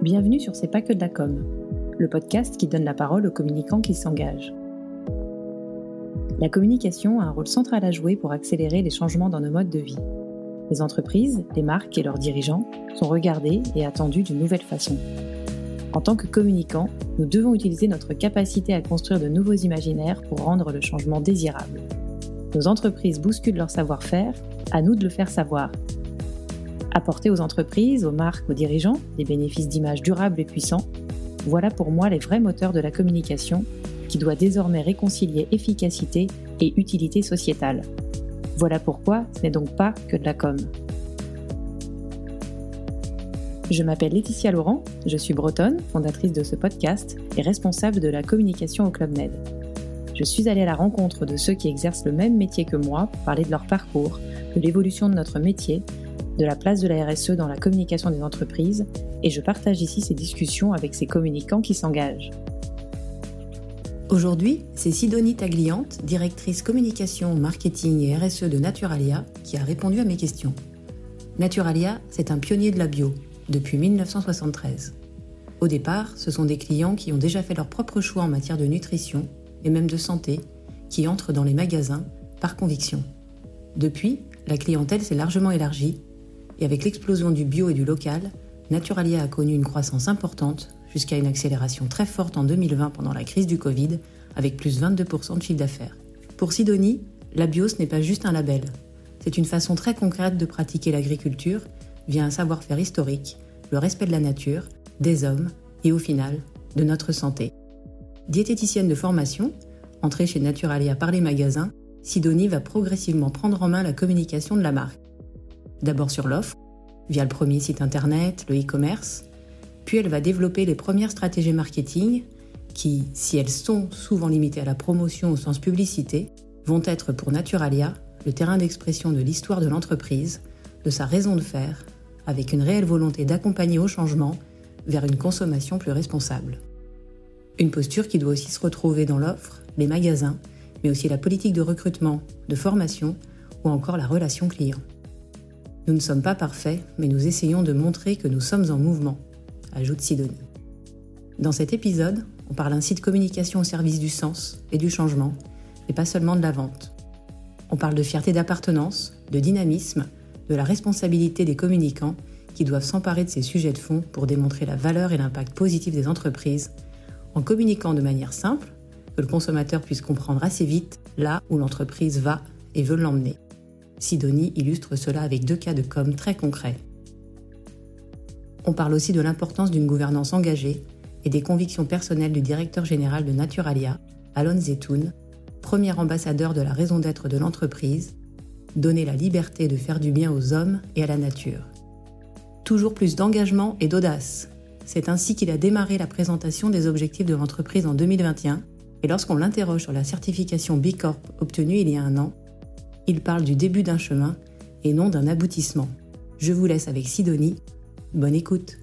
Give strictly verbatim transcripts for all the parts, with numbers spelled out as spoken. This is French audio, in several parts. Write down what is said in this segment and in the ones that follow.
Bienvenue sur C'est pas que de la com, le podcast qui donne la parole aux communicants qui s'engagent. La communication a un rôle central à jouer pour accélérer les changements dans nos modes de vie. Les entreprises, les marques et leurs dirigeants sont regardés et attendus d'une nouvelle façon. En tant que communicants, nous devons utiliser notre capacité à construire de nouveaux imaginaires pour rendre le changement désirable. Nos entreprises bousculent leur savoir-faire, à nous de le faire savoir. Apporter aux entreprises, aux marques, aux dirigeants des bénéfices d'images durables et puissants, voilà pour moi les vrais moteurs de la communication qui doit désormais réconcilier efficacité et utilité sociétale. Voilà pourquoi ce n'est donc pas que de la com. Je m'appelle Laetitia Laurent, je suis bretonne, fondatrice de ce podcast et responsable de la communication au Club Med. Je suis allée à la rencontre de ceux qui exercent le même métier que moi pour parler de leur parcours, de l'évolution de notre métier, de la place de la R S E dans la communication des entreprises, et je partage ici ces discussions avec ces communicants qui s'engagent. Aujourd'hui, c'est Sidonie Tagliante, directrice communication, marketing et R S E de Naturalia, qui a répondu à mes questions. Naturalia, c'est un pionnier de la bio, depuis dix-neuf cent soixante-treize. Au départ, ce sont des clients qui ont déjà fait leur propre choix en matière de nutrition, et même de santé, qui entrent dans les magasins par conviction. Depuis, la clientèle s'est largement élargie, et avec l'explosion du bio et du local, Naturalia a connu une croissance importante, jusqu'à une accélération très forte en deux mille vingt pendant la crise du Covid, avec plus vingt-deux pour cent de chiffre d'affaires. Pour Sidonie, la bio, ce n'est pas juste un label. C'est une façon très concrète de pratiquer l'agriculture via un savoir-faire historique, le respect de la nature, des hommes et au final, de notre santé. Diététicienne de formation, entrée chez Naturalia par les magasins, Sidonie va progressivement prendre en main la communication de la marque. D'abord sur l'offre, via le premier site internet, le e-commerce, puis elle va développer les premières stratégies marketing qui, si elles sont souvent limitées à la promotion au sens publicité, vont être pour Naturalia le terrain d'expression de l'histoire de l'entreprise, de sa raison de faire, avec une réelle volonté d'accompagner au changement vers une consommation plus responsable. Une posture qui doit aussi se retrouver dans l'offre, les magasins, mais aussi la politique de recrutement, de formation ou encore la relation client. Nous ne sommes pas parfaits, mais nous essayons de montrer que nous sommes en mouvement, ajoute Sidonie. Dans cet épisode, on parle ainsi de communication au service du sens et du changement, et pas seulement de la vente. On parle de fierté d'appartenance, de dynamisme, de la responsabilité des communicants qui doivent s'emparer de ces sujets de fond pour démontrer la valeur et l'impact positif des entreprises, en communiquant de manière simple, que le consommateur puisse comprendre assez vite là où l'entreprise va et veut l'emmener. Sidonie illustre cela avec deux cas de com très concrets. On parle aussi de l'importance d'une gouvernance engagée et des convictions personnelles du directeur général de Naturalia, Alon Zetoun, premier ambassadeur de la raison d'être de l'entreprise, donner la liberté de faire du bien aux hommes et à la nature. Toujours plus d'engagement et d'audace. C'est ainsi qu'il a démarré la présentation des objectifs de l'entreprise en deux mille vingt et un, et lorsqu'on l'interroge sur la certification B Corp obtenue il y a un an, il parle du début d'un chemin et non d'un aboutissement. Je vous laisse avec Sidonie. Bonne écoute.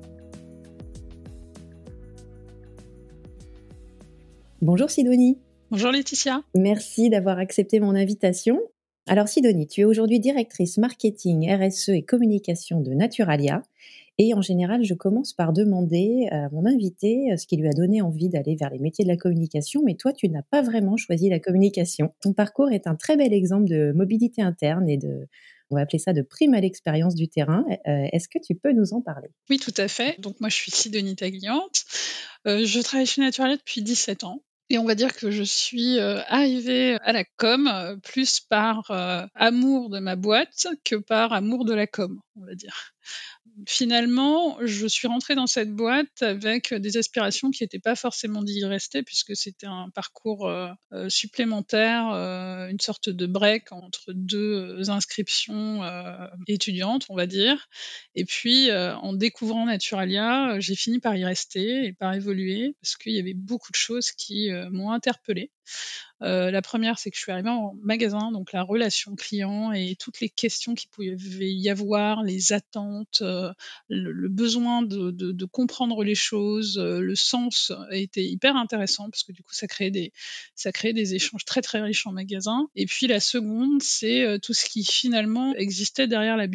Bonjour Sidonie. Bonjour Laetitia. Merci d'avoir accepté mon invitation. Alors Sidonie, tu es aujourd'hui directrice marketing, R S E et communication de Naturalia. Et en général, je commence par demander à mon invité ce qui lui a donné envie d'aller vers les métiers de la communication. Mais toi, tu n'as pas vraiment choisi la communication. Ton parcours est un très bel exemple de mobilité interne et de, on va appeler ça de prime à l'expérience du terrain. Euh, est-ce que tu peux nous en parler ? Oui, tout à fait. Donc moi, je suis Sidonie Tagliante. Euh, je travaille chez Naturalia depuis dix-sept ans. Et on va dire que je suis euh, arrivée à la com euh, plus par euh, amour de ma boîte que par amour de la com, on va dire. Finalement, je suis rentrée dans cette boîte avec des aspirations qui n'étaient pas forcément d'y rester, puisque c'était un parcours euh, euh, supplémentaire, euh, une sorte de break entre deux inscriptions euh, étudiantes, on va dire. Et puis, euh, en découvrant Naturalia, j'ai fini par y rester et par évoluer, parce qu'il y avait beaucoup de choses qui euh, m'ont interpellée. Euh, la première, c'est que je suis arrivée en magasin, donc la relation client et toutes les questions qu'il pouvait y avoir, les attentes, euh, le, le besoin de, de, de comprendre les choses, euh, le sens était hyper intéressant parce que du coup, ça créait des, ça créait des échanges très très riches en magasin. Et puis la seconde, c'est euh, tout ce qui finalement existait derrière la bio.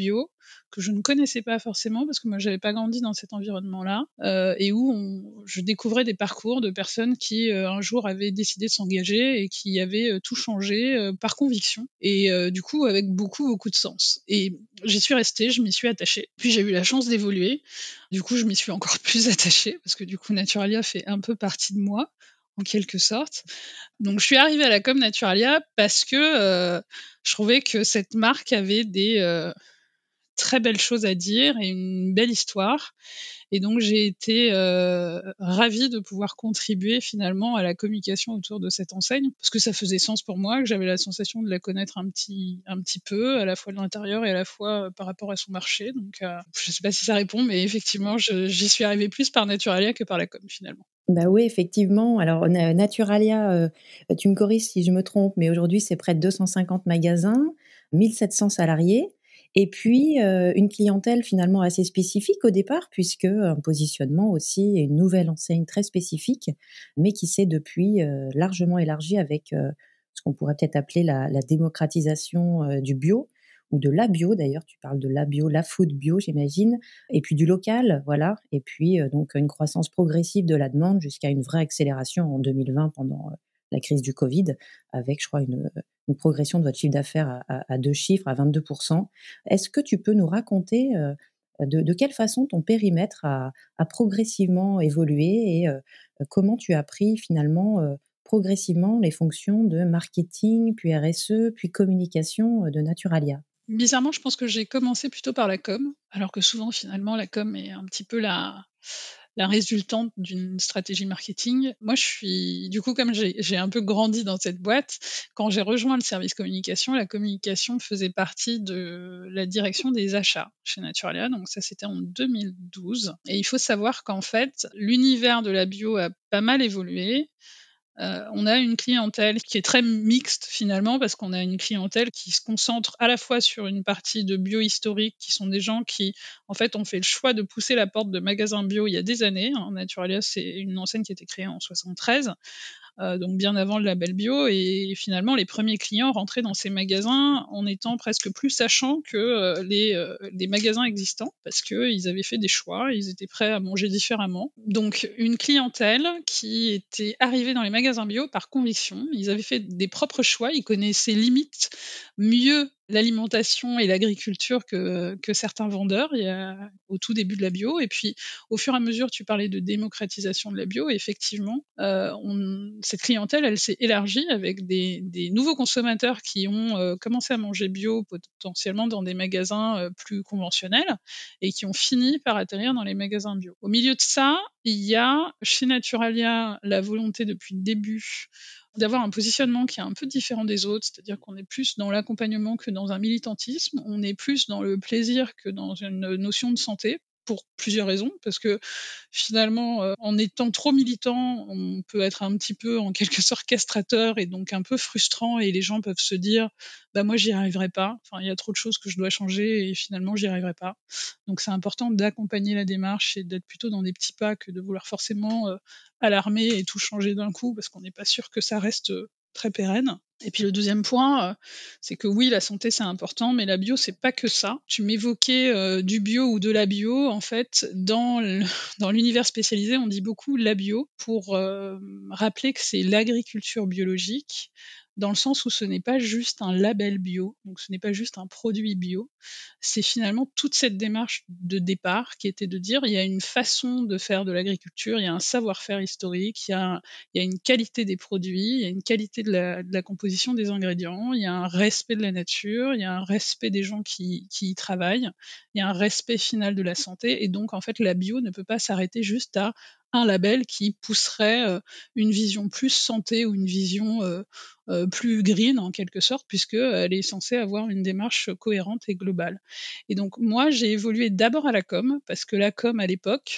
que je ne connaissais pas forcément parce que moi j'avais pas grandi dans cet environnement-là, euh, et où on, je découvrais des parcours de personnes qui euh, un jour avaient décidé de s'engager et qui avaient euh, tout changé euh, par conviction et euh, du coup avec beaucoup beaucoup de sens. Et j'y suis restée, je m'y suis attachée. Puis j'ai eu la chance d'évoluer. Du coup, je m'y suis encore plus attachée parce que du coup, Naturalia fait un peu partie de moi, en quelque sorte. Donc, je suis arrivée à la com Naturalia parce que euh, je trouvais que cette marque avait des euh, très belles choses à dire et une belle histoire. Et donc, j'ai été euh, ravie de pouvoir contribuer finalement à la communication autour de cette enseigne, parce que ça faisait sens pour moi, que j'avais la sensation de la connaître un petit, un petit peu, à la fois de l'intérieur et à la fois euh, par rapport à son marché. Donc, euh, je ne sais pas si ça répond, mais effectivement, je, j'y suis arrivée plus par Naturalia que par la com finalement. Bah oui, effectivement. Alors, Naturalia, euh, tu me corriges si je me trompe, mais aujourd'hui, c'est près de deux cent cinquante magasins, mille sept cents salariés, et puis euh, une clientèle finalement assez spécifique au départ, puisque un positionnement aussi et une nouvelle enseigne très spécifique, mais qui s'est depuis euh, largement élargi avec euh, ce qu'on pourrait peut-être appeler la, la démocratisation euh, du bio, ou de la bio d'ailleurs, tu parles de la bio, la food bio, j'imagine, et puis du local, voilà, et puis euh, donc une croissance progressive de la demande jusqu'à une vraie accélération en deux mille vingt pendant euh, la crise du Covid, avec, je crois, une, une progression de votre chiffre d'affaires à, à, à deux chiffres, à vingt-deux pour cent. Est-ce que tu peux nous raconter euh, de, de quelle façon ton périmètre a, a progressivement évolué et euh, comment tu as pris finalement euh, progressivement les fonctions de marketing, puis R S E, puis communication de Naturalia? Bizarrement, je pense que j'ai commencé plutôt par la com, alors que souvent, finalement, la com est un petit peu la, la résultante d'une stratégie marketing. Moi, je suis, du coup, comme j'ai, j'ai un peu grandi dans cette boîte, quand j'ai rejoint le service communication, la communication faisait partie de la direction des achats chez Naturalia. Donc, ça, c'était en deux mille douze. Et il faut savoir qu'en fait, l'univers de la bio a pas mal évolué. Euh, on a une clientèle qui est très mixte finalement parce qu'on a une clientèle qui se concentre à la fois sur une partie de bio historique qui sont des gens qui en fait ont fait le choix de pousser la porte de magasins bio il y a des années. Hein. Naturalia, c'est une enseigne qui a été créée en soixante-treize, euh, donc bien avant le label bio, et finalement les premiers clients rentraient dans ces magasins en étant presque plus sachants que euh, les, euh, les magasins existants parce qu'ils avaient fait des choix, ils étaient prêts à manger différemment. Donc une clientèle qui était arrivée dans les magasins bio par conviction, ils avaient fait des propres choix, ils connaissaient limite mieux l'alimentation et l'agriculture que, que certains vendeurs il y a, au tout début de la bio. Et puis, au fur et à mesure, tu parlais de démocratisation de la bio, et effectivement, euh, on, cette clientèle, elle s'est élargie avec des, des nouveaux consommateurs qui ont euh, commencé à manger bio potentiellement dans des magasins euh, plus conventionnels et qui ont fini par atterrir dans les magasins bio. Au milieu de ça, il y a chez Naturalia la volonté depuis le début d'avoir un positionnement qui est un peu différent des autres, c'est-à-dire qu'on est plus dans l'accompagnement que dans un militantisme, on est plus dans le plaisir que dans une notion de santé, pour plusieurs raisons, parce que finalement, euh, en étant trop militant, on peut être un petit peu en quelque sorte castrateur et donc un peu frustrant, et les gens peuvent se dire bah moi j'y arriverai pas, enfin il y a trop de choses que je dois changer et finalement j'y arriverai pas. Donc c'est important d'accompagner la démarche et d'être plutôt dans des petits pas que de vouloir forcément euh, alarmer et tout changer d'un coup parce qu'on n'est pas sûr que ça reste euh, très pérenne. Et puis le deuxième point, euh, c'est que oui, la santé c'est important, mais la bio c'est pas que ça. Tu m'évoquais euh, du bio ou de la bio. En fait, dans, le, dans l'univers spécialisé, on dit beaucoup la bio pour euh, rappeler que c'est l'agriculture biologique, dans le sens où ce n'est pas juste un label bio, donc ce n'est pas juste un produit bio, c'est finalement toute cette démarche de départ qui était de dire il y a une façon de faire de l'agriculture, il y a un savoir-faire historique, il y a, il y a une qualité des produits, il y a une qualité de la, de la composition des ingrédients, il y a un respect de la nature, il y a un respect des gens qui, qui y travaillent, il y a un respect final de la santé, et donc en fait la bio ne peut pas s'arrêter juste à un label qui pousserait euh, une vision plus santé ou une vision euh, euh, plus green en quelque sorte, puisqu'elle est censée avoir une démarche cohérente et globale. Et donc moi, j'ai évolué d'abord à la com, parce que la com à l'époque,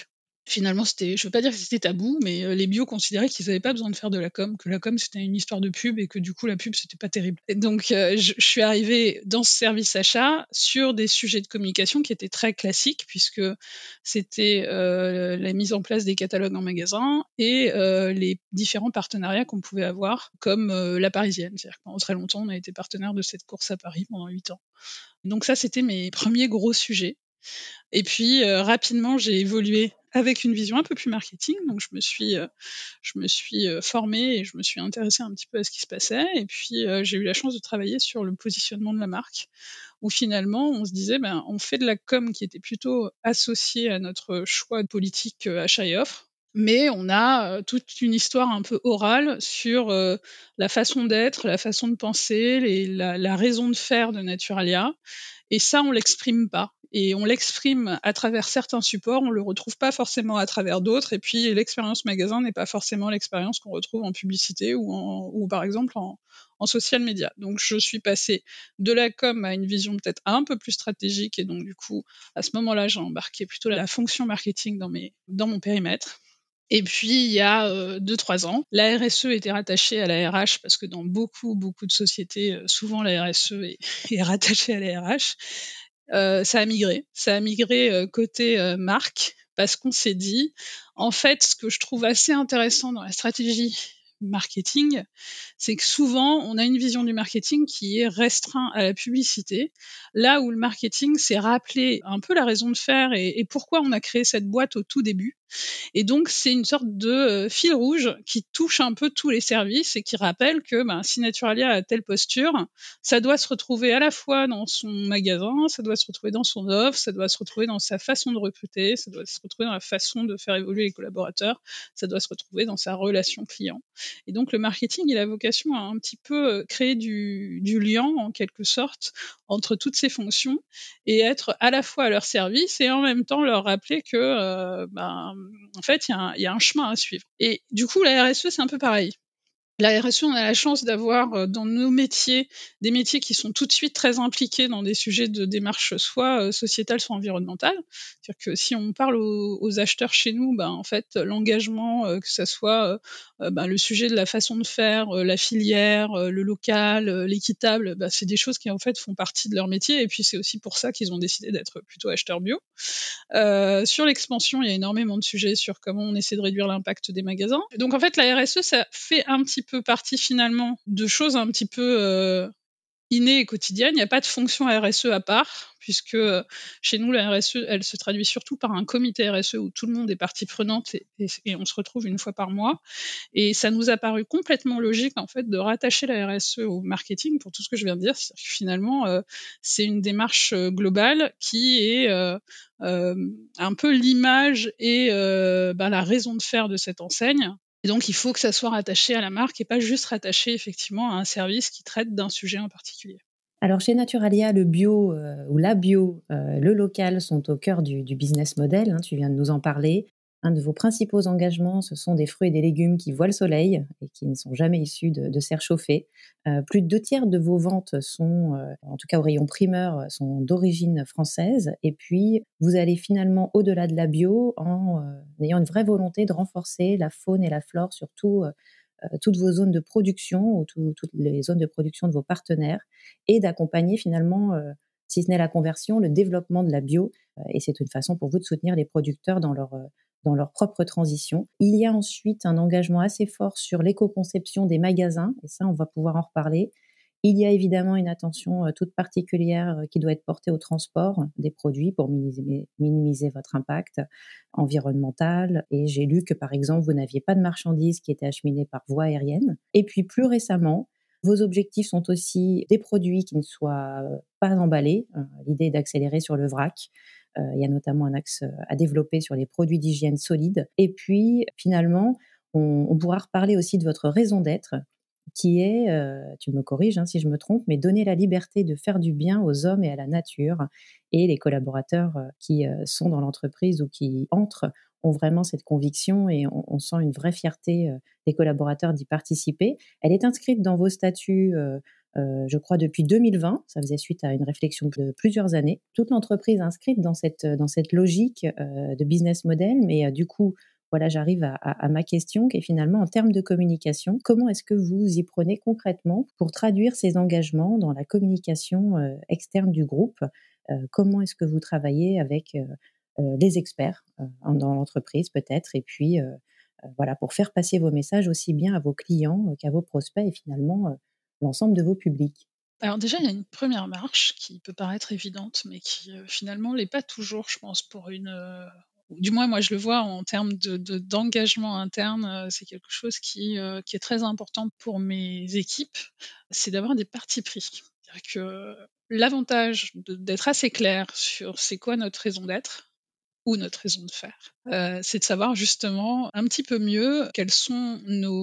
Finalement, c'était, je veux pas dire que c'était tabou, mais euh, les bio considéraient qu'ils n'avaient pas besoin de faire de la com, que la com c'était une histoire de pub et que du coup la pub c'était pas terrible. Et donc euh, je, je suis arrivée dans ce service achat sur des sujets de communication qui étaient très classiques puisque c'était euh, la mise en place des catalogues en magasin et euh, les différents partenariats qu'on pouvait avoir, comme euh, la Parisienne. C'est-à-dire que pendant très longtemps, on a été partenaire de cette course à Paris pendant huit ans. Donc ça, c'était mes premiers gros sujets. Et puis euh, rapidement, j'ai évolué avec une vision un peu plus marketing. Donc je me suis, euh, je me suis euh, formée et je me suis intéressée un petit peu à ce qui se passait. Et puis euh, j'ai eu la chance de travailler sur le positionnement de la marque, où finalement on se disait, ben on fait de la com qui était plutôt associée à notre choix de politique euh, achat et offre. Mais on a euh, toute une histoire un peu orale sur euh, la façon d'être, la façon de penser, les, la, la raison de faire de Naturalia. Et ça, on l'exprime pas. Et on l'exprime à travers certains supports, on le retrouve pas forcément à travers d'autres. Et puis, l'expérience magasin n'est pas forcément l'expérience qu'on retrouve en publicité ou, en, ou par exemple en, en social media. Donc, je suis passée de la com à une vision peut-être un peu plus stratégique. Et donc, du coup, à ce moment-là, j'ai embarqué plutôt la fonction marketing dans, mes, dans mon périmètre. Et puis, il y a euh, deux trois ans, la R S E était rattachée à la R H parce que dans beaucoup, beaucoup de sociétés, euh, souvent la R S E est, est rattachée à la R H. Euh, ça a migré. Ça a migré euh, côté euh, marque parce qu'on s'est dit, en fait, ce que je trouve assez intéressant dans la stratégie marketing, c'est que souvent, on a une vision du marketing qui est restreinte à la publicité, là où le marketing, c'est rappeler un peu la raison de faire et, et pourquoi on a créé cette boîte au tout début. Et donc, c'est une sorte de euh, fil rouge qui touche un peu tous les services et qui rappelle que ben, si Naturalia a telle posture, ça doit se retrouver à la fois dans son magasin, ça doit se retrouver dans son offre, ça doit se retrouver dans sa façon de recruter, ça doit se retrouver dans la façon de faire évoluer les collaborateurs, ça doit se retrouver dans sa relation client. Et donc, le marketing, il a vocation à un petit peu créer du, du lien, en quelque sorte, entre toutes ces fonctions et être à la fois à leur service et en même temps leur rappeler que euh, ben, en fait, il y, y a un chemin à suivre. Et du coup, la R S E, c'est un peu pareil. La R S E, on a la chance d'avoir dans nos métiers des métiers qui sont tout de suite très impliqués dans des sujets de démarche soit sociétale, soit environnementale. C'est-à-dire que si on parle aux, aux acheteurs chez nous, ben, en fait, l'engagement, euh, que ça soit euh, ben, le sujet de la façon de faire, euh, la filière, euh, le local, euh, l'équitable, ben, c'est des choses qui en fait font partie de leur métier. Et puis c'est aussi pour ça qu'ils ont décidé d'être plutôt acheteurs bio. Euh, sur l'expansion, il y a énormément de sujets sur comment on essaie de réduire l'impact des magasins. Donc en fait, la R S E, ça fait un petit peu partie finalement de choses un petit peu euh, innées et quotidiennes. Il n'y a pas de fonction R S E à part, puisque euh, chez nous, la R S E, elle se traduit surtout par un comité R S E où tout le monde est partie prenante et, et, et on se retrouve une fois par mois. Et ça nous a paru complètement logique en fait de rattacher la R S E au marketing pour tout ce que je viens de dire. C'est-à-dire que finalement, euh, c'est une démarche globale qui est euh, euh, un peu l'image et euh, ben, la raison de faire de cette enseigne. Et donc, il faut que ça soit rattaché à la marque et pas juste rattaché effectivement à un service qui traite d'un sujet en particulier. Alors, chez Naturalia, le bio euh, ou la bio, euh, le local sont au cœur du, du business model. Hein, tu viens de nous en parler. Un de vos principaux engagements, ce sont des fruits et des légumes qui voient le soleil et qui ne sont jamais issus de, de serres chauffées. Euh, plus de deux tiers de vos ventes sont, euh, en tout cas au rayon primeur, sont d'origine française. Et puis, vous allez finalement au-delà de la bio en euh, ayant une vraie volonté de renforcer la faune et la flore, surtout euh, toutes vos zones de production ou tout, toutes les zones de production de vos partenaires et d'accompagner finalement, euh, si ce n'est la conversion, le développement de la bio. Euh, et c'est une façon pour vous de soutenir les producteurs dans leur, euh, dans leur propre transition. Il y a ensuite un engagement assez fort sur l'éco-conception des magasins, et ça, on va pouvoir en reparler. Il y a évidemment une attention euh, toute particulière euh, qui doit être portée au transport des produits pour minimiser, minimiser votre impact environnemental. Et j'ai lu que, par exemple, vous n'aviez pas de marchandises qui étaient acheminées par voie aérienne. Et puis, plus récemment, vos objectifs sont aussi des produits qui ne soient pas emballés. Euh, l'idée est d'accélérer sur le vrac. Euh, il y a notamment un axe à développer sur les produits d'hygiène solides. Et puis, finalement, on, on pourra reparler aussi de votre raison d'être, qui est, euh, tu me corriges hein, si je me trompe, mais donner la liberté de faire du bien aux hommes et à la nature. Et les collaborateurs euh, qui euh, sont dans l'entreprise ou qui entrent ont vraiment cette conviction et on, on sent une vraie fierté euh, des collaborateurs d'y participer. Elle est inscrite dans vos statuts euh, euh, je crois depuis deux mille vingt, ça faisait suite à une réflexion de plusieurs années. Toute l'entreprise inscrite dans cette, dans cette logique euh, de business model, mais euh, du coup, voilà, j'arrive à, à, à ma question qui est finalement en termes de communication. Comment est-ce que vous y prenez concrètement pour traduire ces engagements dans la communication euh, externe du groupe? euh, Comment est-ce que vous travaillez avec euh, euh, les experts euh, dans l'entreprise peut-être, et puis euh, euh, voilà, pour faire passer vos messages aussi bien à vos clients euh, qu'à vos prospects et finalement euh, l'ensemble de vos publics? Alors déjà, il y a une première marche qui peut paraître évidente, mais qui euh, finalement l'est pas toujours, je pense, pour une. euh, ou du moins, moi, je le vois en termes de, de- d'engagement interne, euh, c'est quelque chose qui, euh, qui est très important pour mes équipes, c'est d'avoir des partis pris. C'est-à-dire que l'avantage de- d'être assez clair sur c'est quoi notre raison d'être ou notre raison de faire, euh, c'est de savoir justement un petit peu mieux quels sont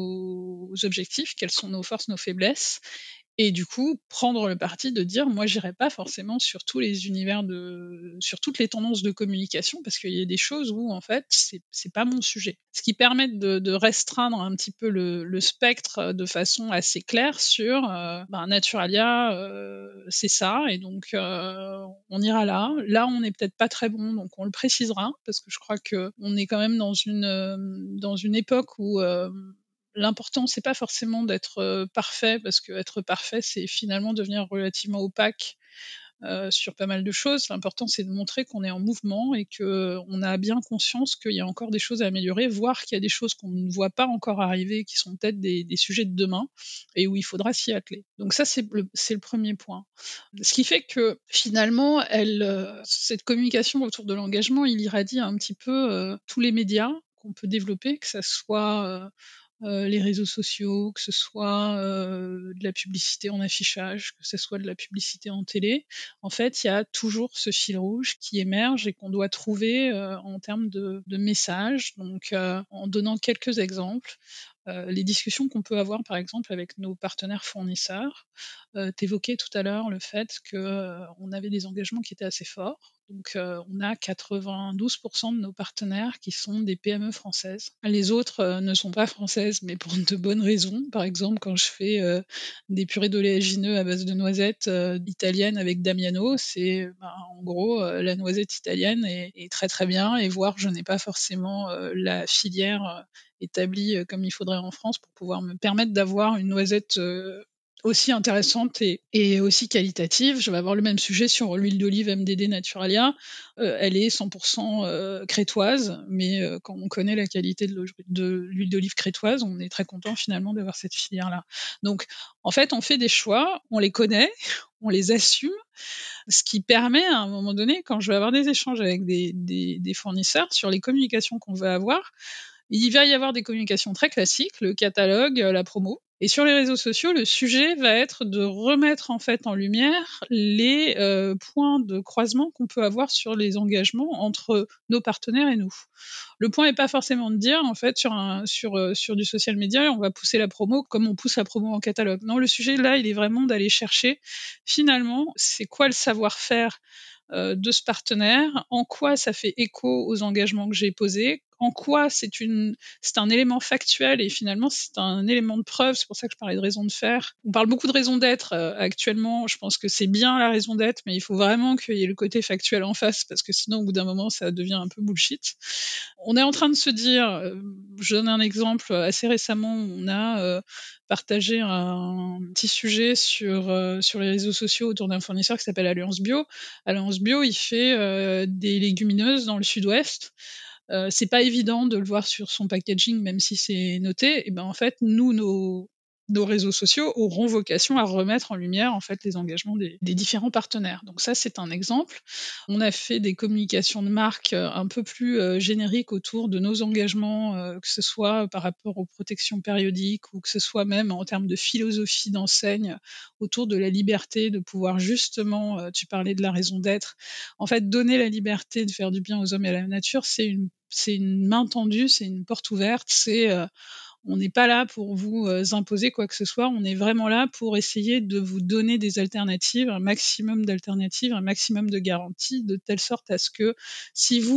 nos objectifs, quelles sont nos forces, nos faiblesses, et du coup, prendre le parti de dire: «Moi, j'irai pas forcément sur tous les univers de sur toutes les tendances de communication», parce qu'il y a des choses où, en fait, c'est c'est pas mon sujet. Ce qui permet de de restreindre un petit peu le le spectre, de façon assez claire sur, heu, ben, Naturalia, heu, c'est ça, et donc heu, on ira là. Là, on n'est peut-être pas très bon, donc on le précisera, parce que je crois qu'on est quand même dans une, hem, dans une époque où, hem l'important, c'est pas forcément d'être euh, parfait, parce que être parfait, c'est finalement devenir relativement opaque euh, sur pas mal de choses. L'important, c'est de montrer qu'on est en mouvement et qu'on a bien conscience qu'il y a encore des choses à améliorer, voire qu'il y a des choses qu'on ne voit pas encore arriver, qui sont peut-être des, des sujets de demain et où il faudra s'y atteler. Donc ça, c'est le, c'est le premier point. Ce qui fait que finalement, elle, euh, cette communication autour de l'engagement, il irradie un petit peu euh, tous les médias qu'on peut développer, que ça soit euh, euh, les réseaux sociaux, que ce soit euh, de la publicité en affichage, que ce soit de la publicité en télé. En fait, il y a toujours ce fil rouge qui émerge et qu'on doit trouver euh, en termes de, de messages. Donc, euh, en donnant quelques exemples, euh, les discussions qu'on peut avoir, par exemple, avec nos partenaires fournisseurs. Euh, T'évoquais tout à l'heure le fait qu'on euh, avait des engagements qui étaient assez forts. Donc, euh, on a quatre-vingt-douze pour cent de nos partenaires qui sont des P M E françaises. Les autres euh, ne sont pas françaises, mais pour de bonnes raisons. Par exemple, quand je fais euh, des purées d'oléagineux à base de noisettes euh, italiennes avec Damiano, c'est ben, en gros euh, la noisette italienne est, est très très bien, et voire je n'ai pas forcément euh, la filière euh, établie euh, comme il faudrait en France pour pouvoir me permettre d'avoir une noisette euh, aussi intéressante et, et aussi qualitative. Je vais avoir le même sujet sur l'huile d'olive M D D Naturalia. Euh, elle est cent pour cent euh, crétoise, mais euh, quand on connaît la qualité de, de l'huile d'olive crétoise, on est très content finalement d'avoir cette filière-là. Donc, en fait, on fait des choix, on les connaît, on les assume, ce qui permet à un moment donné, quand je vais avoir des échanges avec des, des, des fournisseurs sur les communications qu'on veut avoir, il va y avoir des communications très classiques, le catalogue, euh, la promo. Et sur les réseaux sociaux, le sujet va être de remettre en fait en lumière les euh, points de croisement qu'on peut avoir sur les engagements entre nos partenaires et nous. Le point n'est pas forcément de dire en fait sur un sur euh, sur du social media, on va pousser la promo comme on pousse la promo en catalogue. Non, le sujet là, il est vraiment d'aller chercher finalement c'est quoi le savoir-faire euh, de ce partenaire, en quoi ça fait écho aux engagements que j'ai posés, en quoi c'est une, c'est un élément factuel et finalement c'est un élément de preuve. C'est pour ça que je parlais de raison de faire. On parle beaucoup de raison d'être euh, actuellement. Je pense que c'est bien la raison d'être, mais il faut vraiment qu'il y ait le côté factuel en face, parce que sinon au bout d'un moment ça devient un peu bullshit. On est en train de se dire, euh, je donne un exemple, assez récemment on a euh, partagé un petit sujet sur, euh, sur les réseaux sociaux autour d'un fournisseur qui s'appelle Alliance Bio. Alliance Bio, il fait euh, des légumineuses dans le sud-ouest. Euh, c'est pas évident de le voir sur son packaging, même si c'est noté. Et ben en fait, nous, nos, nos réseaux sociaux auront vocation à remettre en lumière en fait les engagements des, des différents partenaires. Donc ça, c'est un exemple. On a fait des communications de marque euh, un peu plus euh, génériques autour de nos engagements, euh, que ce soit par rapport aux protections périodiques ou que ce soit même en termes de philosophie d'enseigne autour de la liberté de pouvoir justement, euh, tu parlais de la raison d'être, en fait, donner la liberté de faire du bien aux hommes et à la nature, c'est une c'est une main tendue, c'est une porte ouverte, c'est euh, on n'est pas là pour vous euh, imposer quoi que ce soit, on est vraiment là pour essayer de vous donner des alternatives, un maximum d'alternatives, un maximum de garanties, de telle sorte à ce que si vous,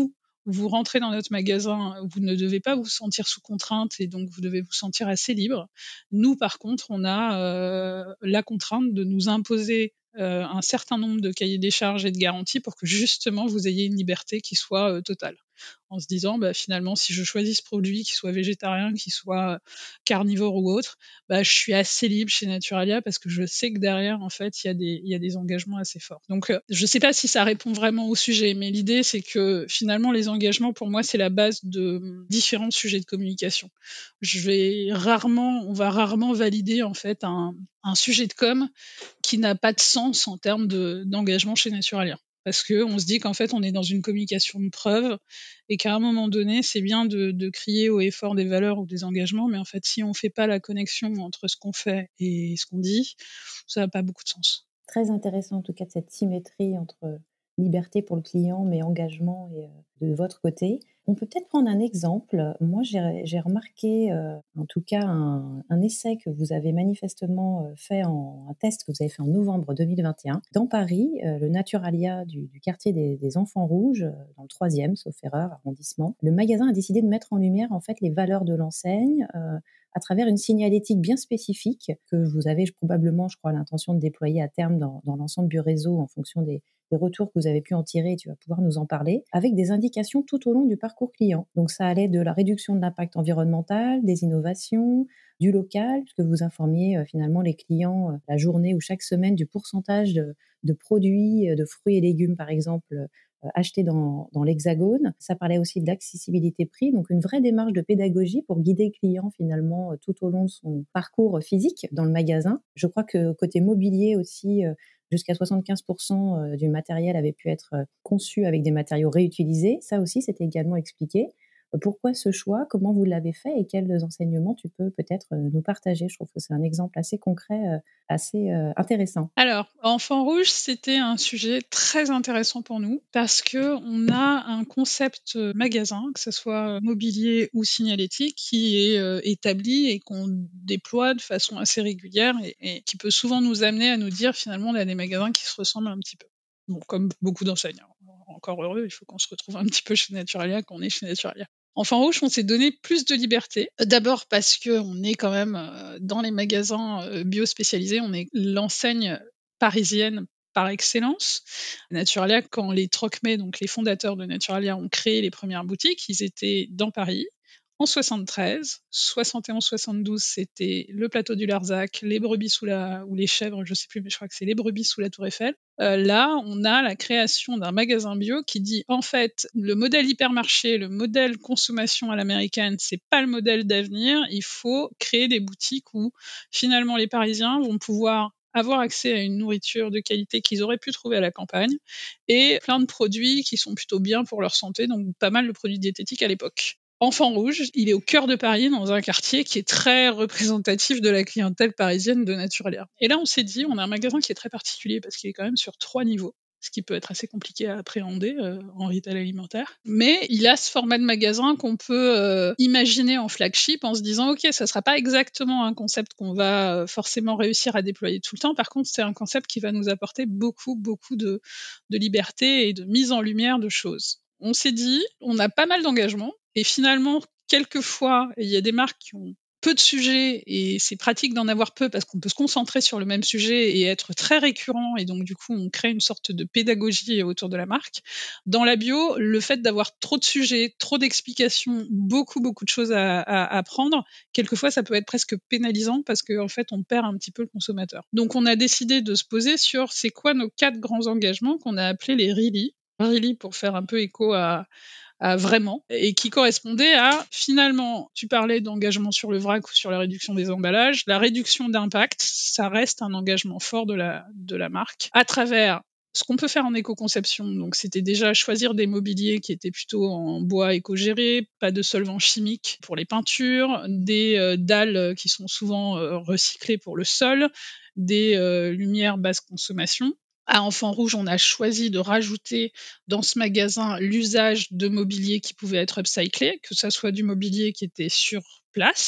vous rentrez dans notre magasin, vous ne devez pas vous sentir sous contrainte et donc vous devez vous sentir assez libre. Nous, par contre, on a euh, la contrainte de nous imposer euh, un certain nombre de cahiers des charges et de garanties pour que justement vous ayez une liberté qui soit euh, totale. En se disant, bah, finalement, si je choisis ce produit, qu'il soit végétarien, qu'il soit carnivore ou autre, bah, je suis assez libre chez Naturalia parce que je sais que derrière, en fait, il y a des, il y a des engagements assez forts. Donc, euh, je sais pas si ça répond vraiment au sujet, mais l'idée, c'est que finalement, les engagements, pour moi, c'est la base de différents sujets de communication. Je vais rarement, on va rarement valider, en fait, un, un sujet de com qui n'a pas de sens en termes de, d'engagement chez Naturalia. Parce qu'on se dit qu'en fait, on est dans une communication de preuve et qu'à un moment donné, c'est bien de, de crier haut et fort des valeurs ou des engagements, mais en fait, si on ne fait pas la connexion entre ce qu'on fait et ce qu'on dit, ça n'a pas beaucoup de sens. Très intéressant en tout cas de cette symétrie entre liberté pour le client, mais engagement et, euh, de votre côté. On peut peut-être prendre un exemple. Moi, j'ai j'ai remarqué, euh, en tout cas, un, un essai que vous avez manifestement euh, fait, en, un test que vous avez fait en novembre deux mille vingt et un. Dans Paris, euh, le Naturalia du, du quartier des, des Enfants Rouges, euh, dans le troisième, sauf erreur, arrondissement, le magasin a décidé de mettre en lumière en fait les valeurs de l'enseigne, euh, à travers une signalétique bien spécifique que vous avez probablement, je crois, l'intention de déployer à terme dans, dans l'ensemble du réseau en fonction des, des retours que vous avez pu en tirer, et tu vas pouvoir nous en parler, avec des indications tout au long du parcours client. Donc ça allait de la réduction de l'impact environnemental, des innovations, du local, puisque vous informiez euh, finalement les clients euh, la journée ou chaque semaine du pourcentage de, de produits, euh, de fruits et légumes par exemple, euh, achetés dans, dans l'Hexagone. Ça parlait aussi de l'accessibilité prix, donc une vraie démarche de pédagogie pour guider le client finalement euh, tout au long de son parcours physique dans le magasin. Je crois que côté mobilier aussi, euh, jusqu'à soixante-quinze pour cent du matériel avait pu être conçu avec des matériaux réutilisés. Ça aussi, c'était également expliqué. Pourquoi ce choix? Comment vous l'avez fait? Et quels enseignements tu peux peut-être nous partager? Je trouve que c'est un exemple assez concret, assez intéressant. Alors, Enfant Rouge, c'était un sujet très intéressant pour nous parce que on a un concept magasin, que ce soit mobilier ou signalétique, qui est euh, établi et qu'on déploie de façon assez régulière et, et qui peut souvent nous amener à nous dire finalement on a des magasins qui se ressemblent un petit peu. Bon, comme beaucoup d'enseignes. Encore heureux, il faut qu'on se retrouve un petit peu chez Naturalia quand on est chez Naturalia. Enfant Rouge, on s'est donné plus de liberté. D'abord parce qu'on est quand même euh, dans les magasins euh, bio spécialisés, on est l'enseigne parisienne par excellence. Naturalia, quand les Trocmé, donc les fondateurs de Naturalia, ont créé les premières boutiques, ils étaient dans Paris. En soixante-treize, soixante et onze soixante-douze, c'était le plateau du Larzac, les brebis sous la, ou les chèvres, je sais plus, mais je crois que c'est les brebis sous la Tour Eiffel. Euh, là, on a la création d'un magasin bio qui dit, en fait, le modèle hypermarché, le modèle consommation à l'américaine, c'est pas le modèle d'avenir. Il faut créer des boutiques où, finalement, les Parisiens vont pouvoir avoir accès à une nourriture de qualité qu'ils auraient pu trouver à la campagne et plein de produits qui sont plutôt bien pour leur santé, donc pas mal de produits diététiques à l'époque. Enfant Rouge, il est au cœur de Paris, dans un quartier qui est très représentatif de la clientèle parisienne de Naturalia. Et là, on s'est dit, on a un magasin qui est très particulier parce qu'il est quand même sur trois niveaux, ce qui peut être assez compliqué à appréhender euh, en retail alimentaire. Mais il a ce format de magasin qu'on peut euh, imaginer en flagship en se disant, ok, ça sera pas exactement un concept qu'on va euh, forcément réussir à déployer tout le temps. Par contre, c'est un concept qui va nous apporter beaucoup, beaucoup de, de liberté et de mise en lumière de choses. On s'est dit, on a pas mal d'engagements, et finalement, quelquefois, il y a des marques qui ont peu de sujets, et c'est pratique d'en avoir peu parce qu'on peut se concentrer sur le même sujet et être très récurrent, et donc du coup, on crée une sorte de pédagogie autour de la marque. Dans la bio, le fait d'avoir trop de sujets, trop d'explications, beaucoup, beaucoup de choses à, à apprendre, quelquefois, ça peut être presque pénalisant parce qu'en en fait, on perd un petit peu le consommateur. Donc, on a décidé de se poser sur c'est quoi nos quatre grands engagements qu'on a appelés les really. Really pour faire un peu écho à, à vraiment, et qui correspondait à, finalement, tu parlais d'engagement sur le vrac ou sur la réduction des emballages, la réduction d'impact, ça reste un engagement fort de la, de la marque, à travers ce qu'on peut faire en éco-conception. Donc, c'était déjà choisir des mobiliers qui étaient plutôt en bois éco-géré, pas de solvants chimiques pour les peintures, des euh, dalles qui sont souvent euh, recyclées pour le sol, des euh, lumières basse consommation. À Enfant Rouge, on a choisi de rajouter dans ce magasin l'usage de mobilier qui pouvait être upcyclé, que ce soit du mobilier qui était sur place,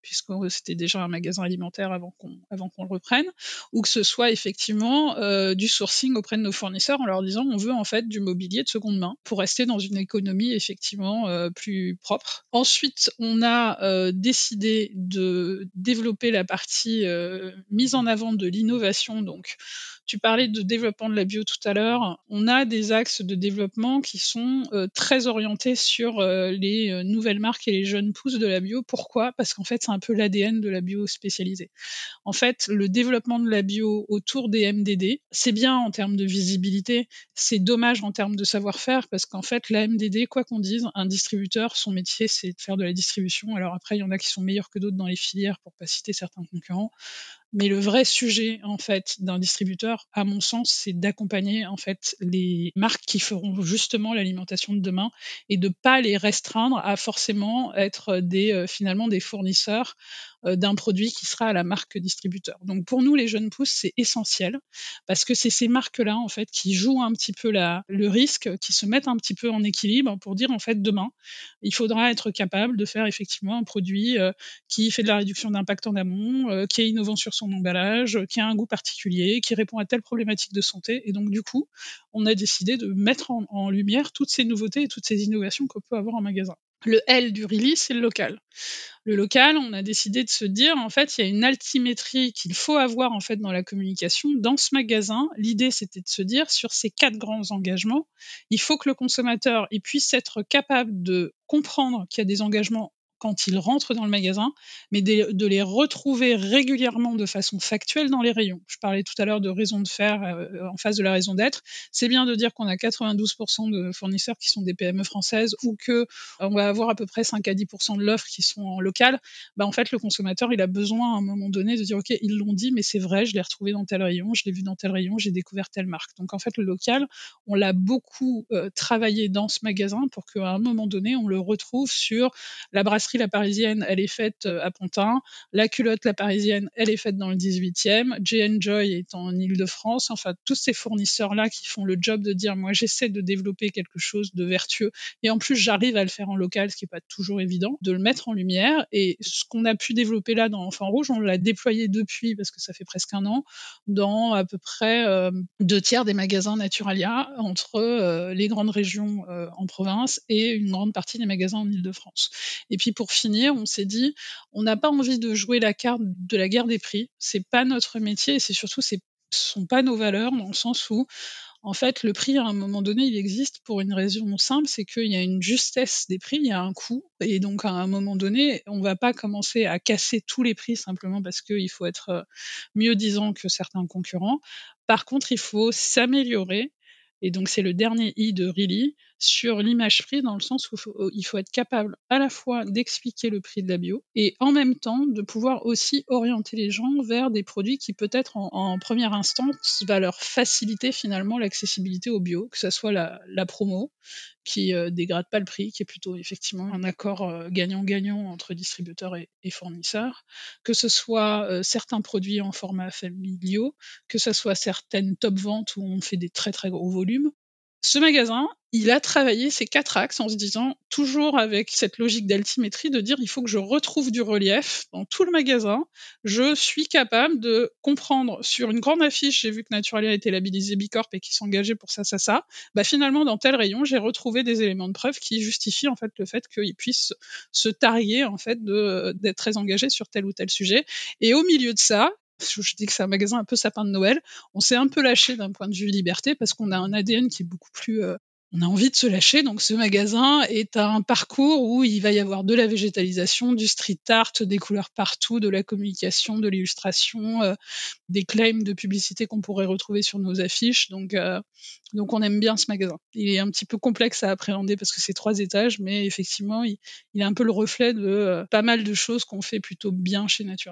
puisque c'était déjà un magasin alimentaire avant qu'on, avant qu'on le reprenne, ou que ce soit effectivement euh, du sourcing auprès de nos fournisseurs en leur disant on veut en fait du mobilier de seconde main pour rester dans une économie effectivement euh, plus propre. Ensuite, on a euh, décidé de développer la partie euh, mise en avant de l'innovation. Donc, tu parlais de développement de la bio tout à l'heure. On a des axes de développement qui sont euh, très orientés sur euh, les euh, nouvelles marques et les jeunes pousses de la bio. Pourquoi ? Parce qu'en fait, c'est un peu l'A D N de la bio spécialisée. En fait, le développement de la bio autour des M D D, c'est bien en termes de visibilité, c'est dommage en termes de savoir-faire, parce qu'en fait, la M D D, quoi qu'on dise, un distributeur, son métier, c'est de faire de la distribution. Alors après, il y en a qui sont meilleurs que d'autres dans les filières, pour pas citer certains concurrents. Mais le vrai sujet, en fait, d'un distributeur, à mon sens, c'est d'accompagner, en fait, les marques qui feront justement l'alimentation de demain et de pas les restreindre à forcément être des, euh, finalement, des fournisseurs euh, d'un produit qui sera à la marque distributeur. Donc, pour nous, les jeunes pousses, c'est essentiel parce que c'est ces marques-là, en fait, qui jouent un petit peu la, le risque, qui se mettent un petit peu en équilibre pour dire, en fait, demain, il faudra être capable de faire effectivement un produit euh, qui fait de la réduction d'impact en amont, euh, qui est innovant sur son emballage, qui a un goût particulier, qui répond à telle problématique de santé. Et donc, du coup, on a décidé de mettre en, en lumière toutes ces nouveautés et toutes ces innovations qu'on peut avoir en magasin. Le L du release, c'est le local. Le local, on a décidé de se dire, en fait, il y a une altimétrie qu'il faut avoir, en fait, dans la communication. Dans ce magasin, l'idée, c'était de se dire, sur ces quatre grands engagements, il faut que le consommateur, il puisse être capable de comprendre qu'il y a des engagements quand il rentre dans le magasin, mais de, de les retrouver régulièrement de façon factuelle dans les rayons. Je parlais tout à l'heure de raison de faire euh, en face de la raison d'être. C'est bien de dire qu'on a quatre-vingt-douze pour cent de fournisseurs qui sont des P M E françaises ou que on va avoir à peu près cinq à dix pour cent de l'offre qui sont en local. Bah, en fait, le consommateur, il a besoin à un moment donné de dire, OK, ils l'ont dit, mais c'est vrai, je l'ai retrouvé dans tel rayon, je l'ai vu dans tel rayon, j'ai découvert telle marque. Donc, en fait, le local, on l'a beaucoup euh, travaillé dans ce magasin pour qu'à un moment donné, on le retrouve sur la brasserie La Parisienne, elle est faite à Pantin. La culotte La Parisienne, elle est faite dans le dix-huitième. J and Joy est en Ile-de-France. Enfin, tous ces fournisseurs-là qui font le job de dire, moi, j'essaie de développer quelque chose de vertueux. Et en plus, j'arrive à le faire en local, ce qui n'est pas toujours évident, de le mettre en lumière. Et ce qu'on a pu développer là dans Enfant Rouge, on l'a déployé depuis, parce que ça fait presque un an, dans à peu près euh, deux tiers des magasins Naturalia, entre euh, les grandes régions euh, en province et une grande partie des magasins en Ile-de-France. Et puis pour finir, on s'est dit, on n'a pas envie de jouer la carte de la guerre des prix. C'est pas notre métier et c'est surtout, ce ne sont pas nos valeurs, dans le sens où, en fait, le prix, à un moment donné, il existe pour une raison simple, c'est qu'il y a une justesse des prix, il y a un coût. Et donc, à un moment donné, on ne va pas commencer à casser tous les prix simplement parce qu'il faut être mieux disant que certains concurrents. Par contre, il faut s'améliorer. Et donc, c'est le dernier I de Really sur l'image prix, dans le sens où, faut, où il faut être capable à la fois d'expliquer le prix de la bio et en même temps de pouvoir aussi orienter les gens vers des produits qui peut-être en, en première instance va leur faciliter finalement l'accessibilité au bio, que ce soit la, la promo qui euh, dégrade pas le prix, qui est plutôt effectivement un accord euh, gagnant-gagnant entre distributeurs et, et fournisseurs, que ce soit euh, certains produits en format familiaux, que ce soit certaines top ventes où on fait des très très gros volumes. Ce magasin, il a travaillé ces quatre axes en se disant, toujours avec cette logique d'altimétrie, de dire il faut que je retrouve du relief dans tout le magasin. Je suis capable de comprendre sur une grande affiche, j'ai vu que Naturalia était labellisé Bicorp et qui s'engageait pour ça, ça, ça. Bah finalement, dans tel rayon, j'ai retrouvé des éléments de preuve qui justifient en fait le fait qu'ils puissent se targuer en fait de, d'être très engagés sur tel ou tel sujet. Et au milieu de ça, je dis que c'est un magasin un peu sapin de Noël, on s'est un peu lâché d'un point de vue liberté parce qu'on a un A D N qui est beaucoup plus... Euh, on a envie de se lâcher, donc ce magasin est un parcours où il va y avoir de la végétalisation, du street art, des couleurs partout, de la communication, de l'illustration, euh, des claims de publicité qu'on pourrait retrouver sur nos affiches. Donc, euh, donc on aime bien ce magasin. Il est un petit peu complexe à appréhender parce que c'est trois étages, mais effectivement, il, il est un peu le reflet de euh, pas mal de choses qu'on fait plutôt bien chez Naturalia.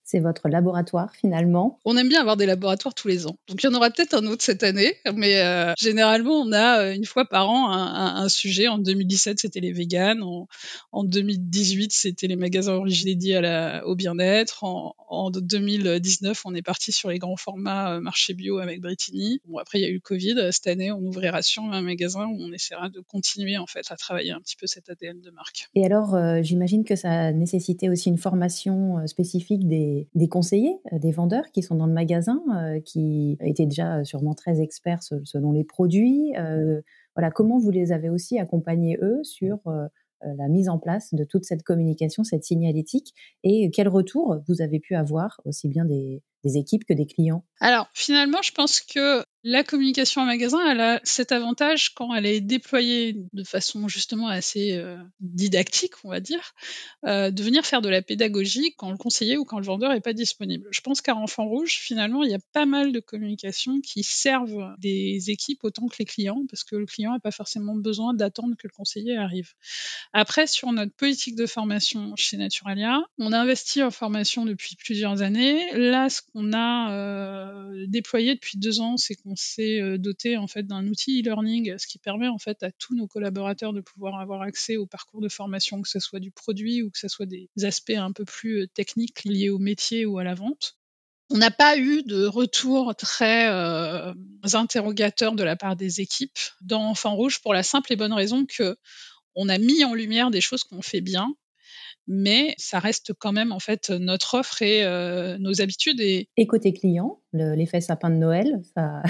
C'est votre laboratoire finalement. On aime bien avoir des laboratoires tous les ans. Donc il y en aura peut-être un autre cette année, mais euh, généralement on a euh, une fois par an un, un, un sujet. En deux mille dix-sept c'était les véganes, en, en deux mille dix-huit c'était les magasins origines dédiés à la, au bien-être, en, en deux mille dix-neuf on est parti sur les grands formats euh, marché bio avec Brittany. Bon, après il y a eu le Covid, cette année on ouvrira sur un magasin où on essaiera de continuer en fait à travailler un petit peu cet A D N de marque. Et alors euh, j'imagine que ça a nécessité aussi une formation spécifique des, des conseillers, des vendeurs qui sont dans le magasin, euh, qui étaient déjà sûrement très experts selon les produits. Euh, voilà, comment vous les avez aussi accompagnés, eux, sur euh, la mise en place de toute cette communication, cette signalétique, et quel retour vous avez pu avoir, aussi bien des, des équipes que des clients? Alors, finalement, je pense que la communication en magasin, elle a cet avantage quand elle est déployée de façon justement assez euh, didactique, on va dire, euh, de venir faire de la pédagogie quand le conseiller ou quand le vendeur n'est pas disponible. Je pense qu'à Enfant Rouge, finalement, il y a pas mal de communications qui servent des équipes autant que les clients, parce que le client n'a pas forcément besoin d'attendre que le conseiller arrive. Après, sur notre politique de formation chez Naturalia, on a investi en formation depuis plusieurs années. Là, ce qu'on a euh, déployé depuis deux ans, c'est qu'on s'est euh, doté en fait d'un outil e-learning, ce qui permet en fait à tous nos collaborateurs de pouvoir avoir accès au parcours de formation, que ce soit du produit ou que ce soit des aspects un peu plus techniques liés au métier ou à la vente. On n'a pas eu de retour très euh, interrogateur de la part des équipes dans Enfant Rouge pour la simple et bonne raison que on a mis en lumière des choses qu'on fait bien, mais ça reste quand même en fait notre offre et euh, nos habitudes. Et, et côté client, le, l'effet sapin de Noël, ça...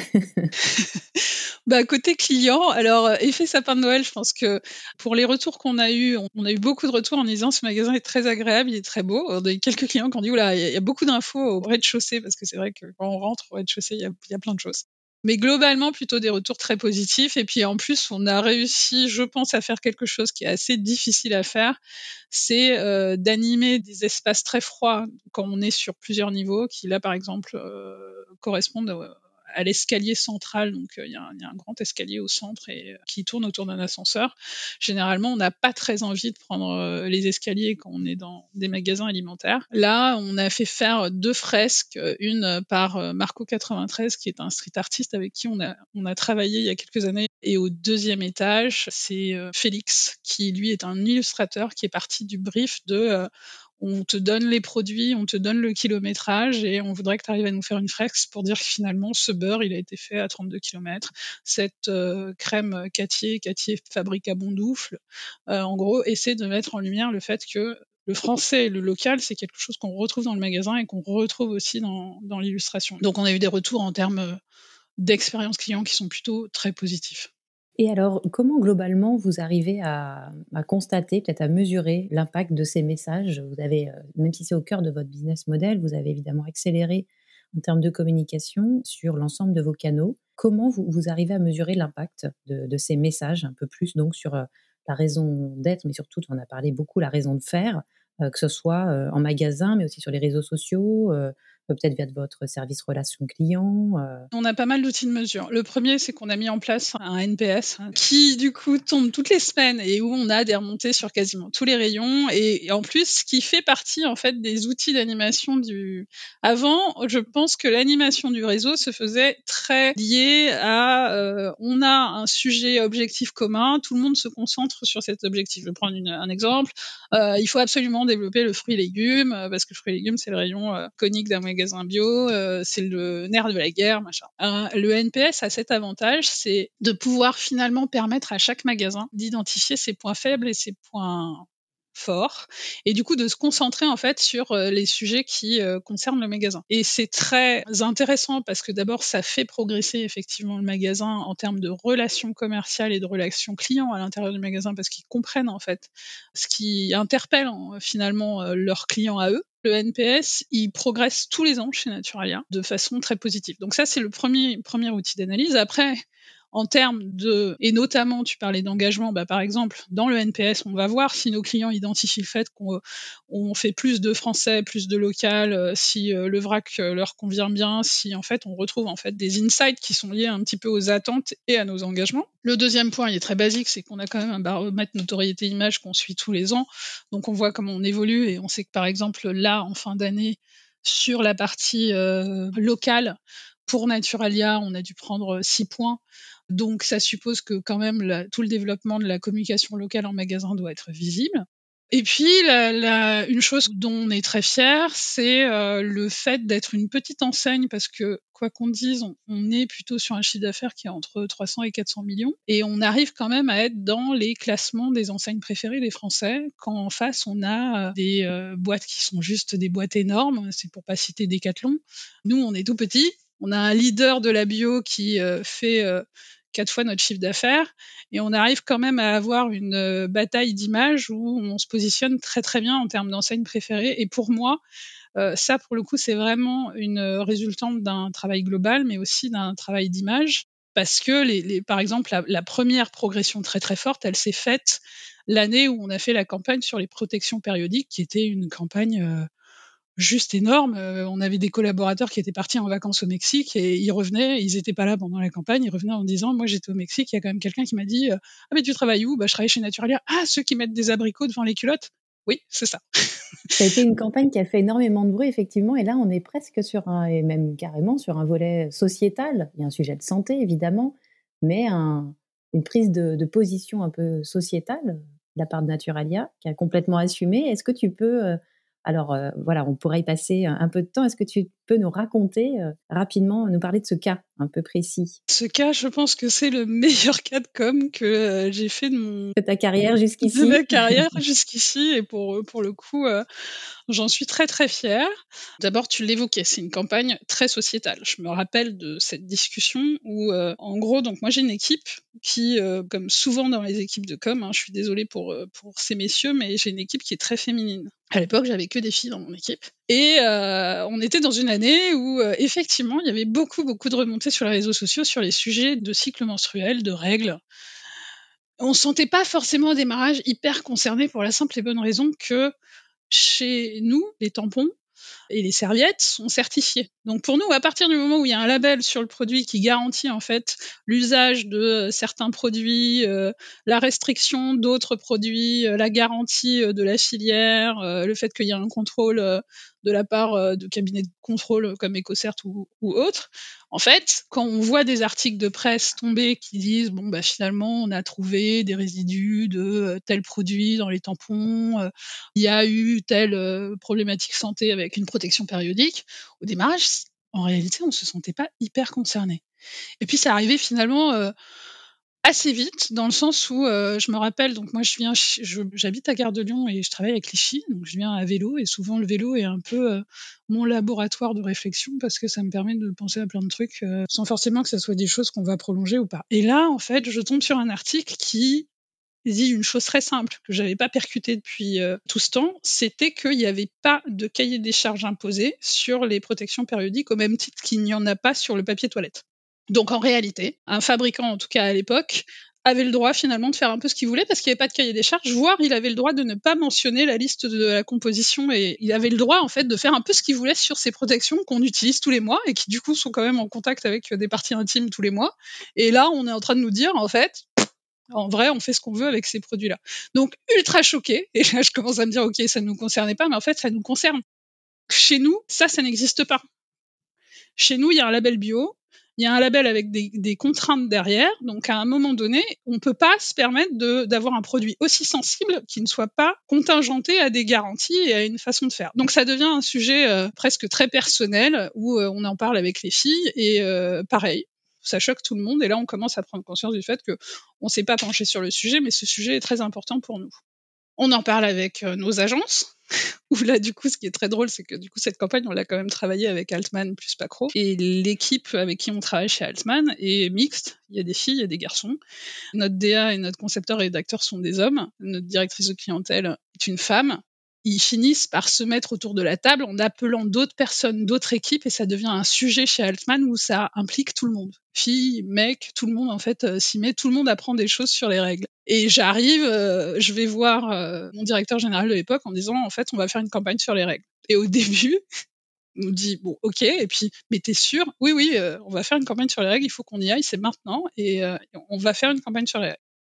bah, côté client, alors effet sapin de Noël, je pense que pour les retours qu'on a eus, on, on a eu beaucoup de retours en disant ce magasin est très agréable, il est très beau. On a eu quelques clients qui ont dit oula, il y, y a beaucoup d'infos au rez-de-chaussée, parce que c'est vrai que quand on rentre au rez-de-chaussée, il y a, il y a plein de choses. Mais globalement, plutôt des retours très positifs. Et puis en plus, on a réussi, je pense, à faire quelque chose qui est assez difficile à faire, c'est euh, d'animer des espaces très froids quand on est sur plusieurs niveaux, qui là, par exemple, euh, correspondent euh, à l'escalier central. Donc il euh, y, y a un grand escalier au centre et euh, qui tourne autour d'un ascenseur. Généralement, on n'a pas très envie de prendre euh, les escaliers quand on est dans des magasins alimentaires. Là, on a fait faire deux fresques, une par euh, Marco quatre-vingt-treize, qui est un street artiste avec qui on a, on a travaillé il y a quelques années. Et au deuxième étage, c'est euh, Félix, qui lui est un illustrateur qui est parti du brief de euh, on te donne les produits, on te donne le kilométrage et on voudrait que tu arrives à nous faire une fresque pour dire que finalement ce beurre il a été fait à trente-deux kilomètres, cette euh, crème Cattier, Cattier fabrique à Bondoufle. Euh, en gros, essaie de mettre en lumière le fait que le français et le local, c'est quelque chose qu'on retrouve dans le magasin et qu'on retrouve aussi dans, dans l'illustration. Donc on a eu des retours en termes d'expérience client qui sont plutôt très positifs. Et alors, comment globalement vous arrivez à, à constater, peut-être à mesurer l'impact de ces messages? Vous avez, même si c'est au cœur de votre business model, vous avez évidemment accéléré en termes de communication sur l'ensemble de vos canaux. Comment vous, vous arrivez à mesurer l'impact de, de ces messages, un peu plus donc sur la raison d'être, mais surtout, on a parlé beaucoup la raison de faire, euh, que ce soit euh, en magasin, mais aussi sur les réseaux sociaux, euh, peut-être via votre service relation client. Euh... On a pas mal d'outils de mesure. Le premier, c'est qu'on a mis en place un N P S qui, du coup, tombe toutes les semaines et où on a des remontées sur quasiment tous les rayons. Et, et en plus, qui fait partie, en fait, des outils d'animation du... Avant, je pense que l'animation du réseau se faisait très liée à euh, on a un sujet objectif commun, tout le monde se concentre sur cet objectif. Je vais prendre une, un exemple. Euh, il faut absolument développer le fruit et légumes, parce que le fruit et légumes, c'est le rayon euh, conique d'un magasin bio, euh, c'est le nerf de la guerre, machin. Euh, le N P S a cet avantage, c'est de pouvoir finalement permettre à chaque magasin d'identifier ses points faibles et ses points forts, et du coup de se concentrer en fait sur euh, les sujets qui euh, concernent le magasin. Et c'est très intéressant parce que d'abord ça fait progresser effectivement le magasin en termes de relations commerciales et de relations clients à l'intérieur du magasin, parce qu'ils comprennent en fait ce qui interpelle en, finalement euh, leurs clients à eux. Le N P S, il progresse tous les ans chez Naturalia de façon très positive. Donc ça, c'est le premier, premier outil d'analyse. Après, en termes de, et notamment, tu parlais d'engagement, bah, par exemple, dans le N P S, on va voir si nos clients identifient le fait qu'on on fait plus de français, plus de local, si euh, le vrac leur convient bien, si en fait on retrouve en fait des insights qui sont liés un petit peu aux attentes et à nos engagements. Le deuxième point, il est très basique, c'est qu'on a quand même un baromètre notoriété image qu'on suit tous les ans, donc on voit comment on évolue et on sait que par exemple là, en fin d'année, Sur la partie euh, locale, pour Naturalia, on a dû prendre six points. Donc, ça suppose que quand même la, tout le développement de la communication locale en magasin doit être visible. Et puis, la, la, une chose dont on est très fier, c'est euh, le fait d'être une petite enseigne, parce que, quoi qu'on dise, on, on est plutôt sur un chiffre d'affaires qui est entre trois cents et quatre cents millions, et on arrive quand même à être dans les classements des enseignes préférées des Français, quand en face, on a des euh, boîtes qui sont juste des boîtes énormes, c'est pour pas citer Decathlon. Nous, on est tout petit, on a un leader de la bio qui euh, fait... Euh, quatre fois notre chiffre d'affaires, et on arrive quand même à avoir une euh, bataille d'image où on se positionne très très bien en termes d'enseigne préférée. Et pour moi, euh, ça pour le coup, c'est vraiment une résultante d'un travail global, mais aussi d'un travail d'image, parce que les, les, par exemple, la, la première progression très très forte, elle s'est faite l'année où on a fait la campagne sur les protections périodiques, qui était une campagne... Euh, juste énorme. Euh, on avait des collaborateurs qui étaient partis en vacances au Mexique et ils revenaient, ils étaient pas là pendant la campagne, ils revenaient en disant, moi j'étais au Mexique, il y a quand même quelqu'un qui m'a dit, euh, ah mais tu travailles où? Bah je travaille chez Naturalia. Ah, ceux qui mettent des abricots devant les culottes? Oui, c'est ça. Ça a été une campagne qui a fait énormément de bruit, effectivement, et là on est presque sur un, et même carrément sur un volet sociétal. Il y a un sujet de santé, évidemment, mais un, une prise de, de position un peu sociétale de la part de Naturalia, qui a complètement assumé. Est-ce que tu peux... Euh, alors euh, voilà, on pourrait y passer un peu de temps. Est-ce que tu peux nous raconter euh, rapidement, nous parler de ce cas un peu précis? Ce cas, je pense que c'est le meilleur cas de com que euh, j'ai fait de, mon... de ta carrière jusqu'ici. De ma carrière jusqu'ici, et pour, pour le coup... Euh... J'en suis très très fière. D'abord, tu l'évoquais, c'est une campagne très sociétale. Je me rappelle de cette discussion où, euh, en gros, donc moi j'ai une équipe qui, euh, comme souvent dans les équipes de com, hein, je suis désolée pour, pour ces messieurs, mais j'ai une équipe qui est très féminine. À l'époque, j'avais que des filles dans mon équipe. Et euh, on était dans une année où, euh, effectivement, il y avait beaucoup, beaucoup de remontées sur les réseaux sociaux sur les sujets de cycle menstruel, de règles. On se sentait pas forcément au démarrage hyper concernés pour la simple et bonne raison que chez nous, les tampons et les serviettes sont certifiés. Donc pour nous, à partir du moment où il y a un label sur le produit qui garantit en fait l'usage de certains produits, euh, la restriction d'autres produits, euh, la garantie euh, de la filière, euh, le fait qu'il y a un contrôle euh, de la part euh, de cabinets de contrôle comme EcoCert ou, ou autres, en fait, quand on voit des articles de presse tomber qui disent bon bah finalement on a trouvé des résidus de euh, tel produit dans les tampons, euh, il y a eu telle euh, problématique santé avec une protection périodique, au démarrage, en réalité, on se sentait pas hyper concerné. Et puis ça arrivait finalement euh, assez vite, dans le sens où euh, je me rappelle, donc moi je viens, je, j'habite à Gare de Lyon et je travaille avec Clichy, donc je viens à vélo, et souvent le vélo est un peu euh, mon laboratoire de réflexion parce que ça me permet de penser à plein de trucs euh, sans forcément que ça soit des choses qu'on va prolonger ou pas. Et là, en fait, je tombe sur un article qui dit une chose très simple que j'avais pas percutée depuis euh, tout ce temps, c'était qu'il n'y avait pas de cahier des charges imposé sur les protections périodiques au même titre qu'il n'y en a pas sur le papier toilette. Donc en réalité, un fabricant, en tout cas à l'époque, avait le droit finalement de faire un peu ce qu'il voulait parce qu'il n'y avait pas de cahier des charges, voire il avait le droit de ne pas mentionner la liste de la composition, et il avait le droit en fait de faire un peu ce qu'il voulait sur ces protections qu'on utilise tous les mois et qui du coup sont quand même en contact avec des parties intimes tous les mois. Et là, on est en train de nous dire en fait, en vrai, on fait ce qu'on veut avec ces produits-là. Donc, ultra choquée. Et là, je commence à me dire, OK, ça ne nous concernait pas, mais en fait, ça nous concerne. Chez nous, ça, ça n'existe pas. Chez nous, il y a un label bio, il y a un label avec des, des contraintes derrière. Donc, à un moment donné, on ne peut pas se permettre de, d'avoir un produit aussi sensible qui ne soit pas contingenté à des garanties et à une façon de faire. Donc, ça devient un sujet euh, presque très personnel où euh, on en parle avec les filles. Et euh, pareil, ça choque tout le monde, et là on commence à prendre conscience du fait qu'on ne s'est pas penché sur le sujet, mais ce sujet est très important pour nous. On en parle avec euh, nos agences, où là du coup ce qui est très drôle, c'est que du coup cette campagne on l'a quand même travaillée avec Altman plus Pacro, et l'équipe avec qui on travaille chez Altman est mixte, il y a des filles, il y a des garçons. Notre D A et notre concepteur et rédacteur sont des hommes, notre directrice de clientèle est une femme. Ils finissent par se mettre autour de la table en appelant d'autres personnes, d'autres équipes, et ça devient un sujet chez Altman où ça implique tout le monde. Filles, mecs, tout le monde en fait euh, s'y met, tout le monde apprend des choses sur les règles. Et j'arrive, euh, je vais voir euh, mon directeur général de l'époque en disant en fait on va faire une campagne sur les règles. Et au début, on nous dit bon ok, et puis mais t'es sûr? Oui oui, euh, on va faire une campagne sur les règles, il faut qu'on y aille, c'est maintenant, et euh, on va faire une campagne sur les règles.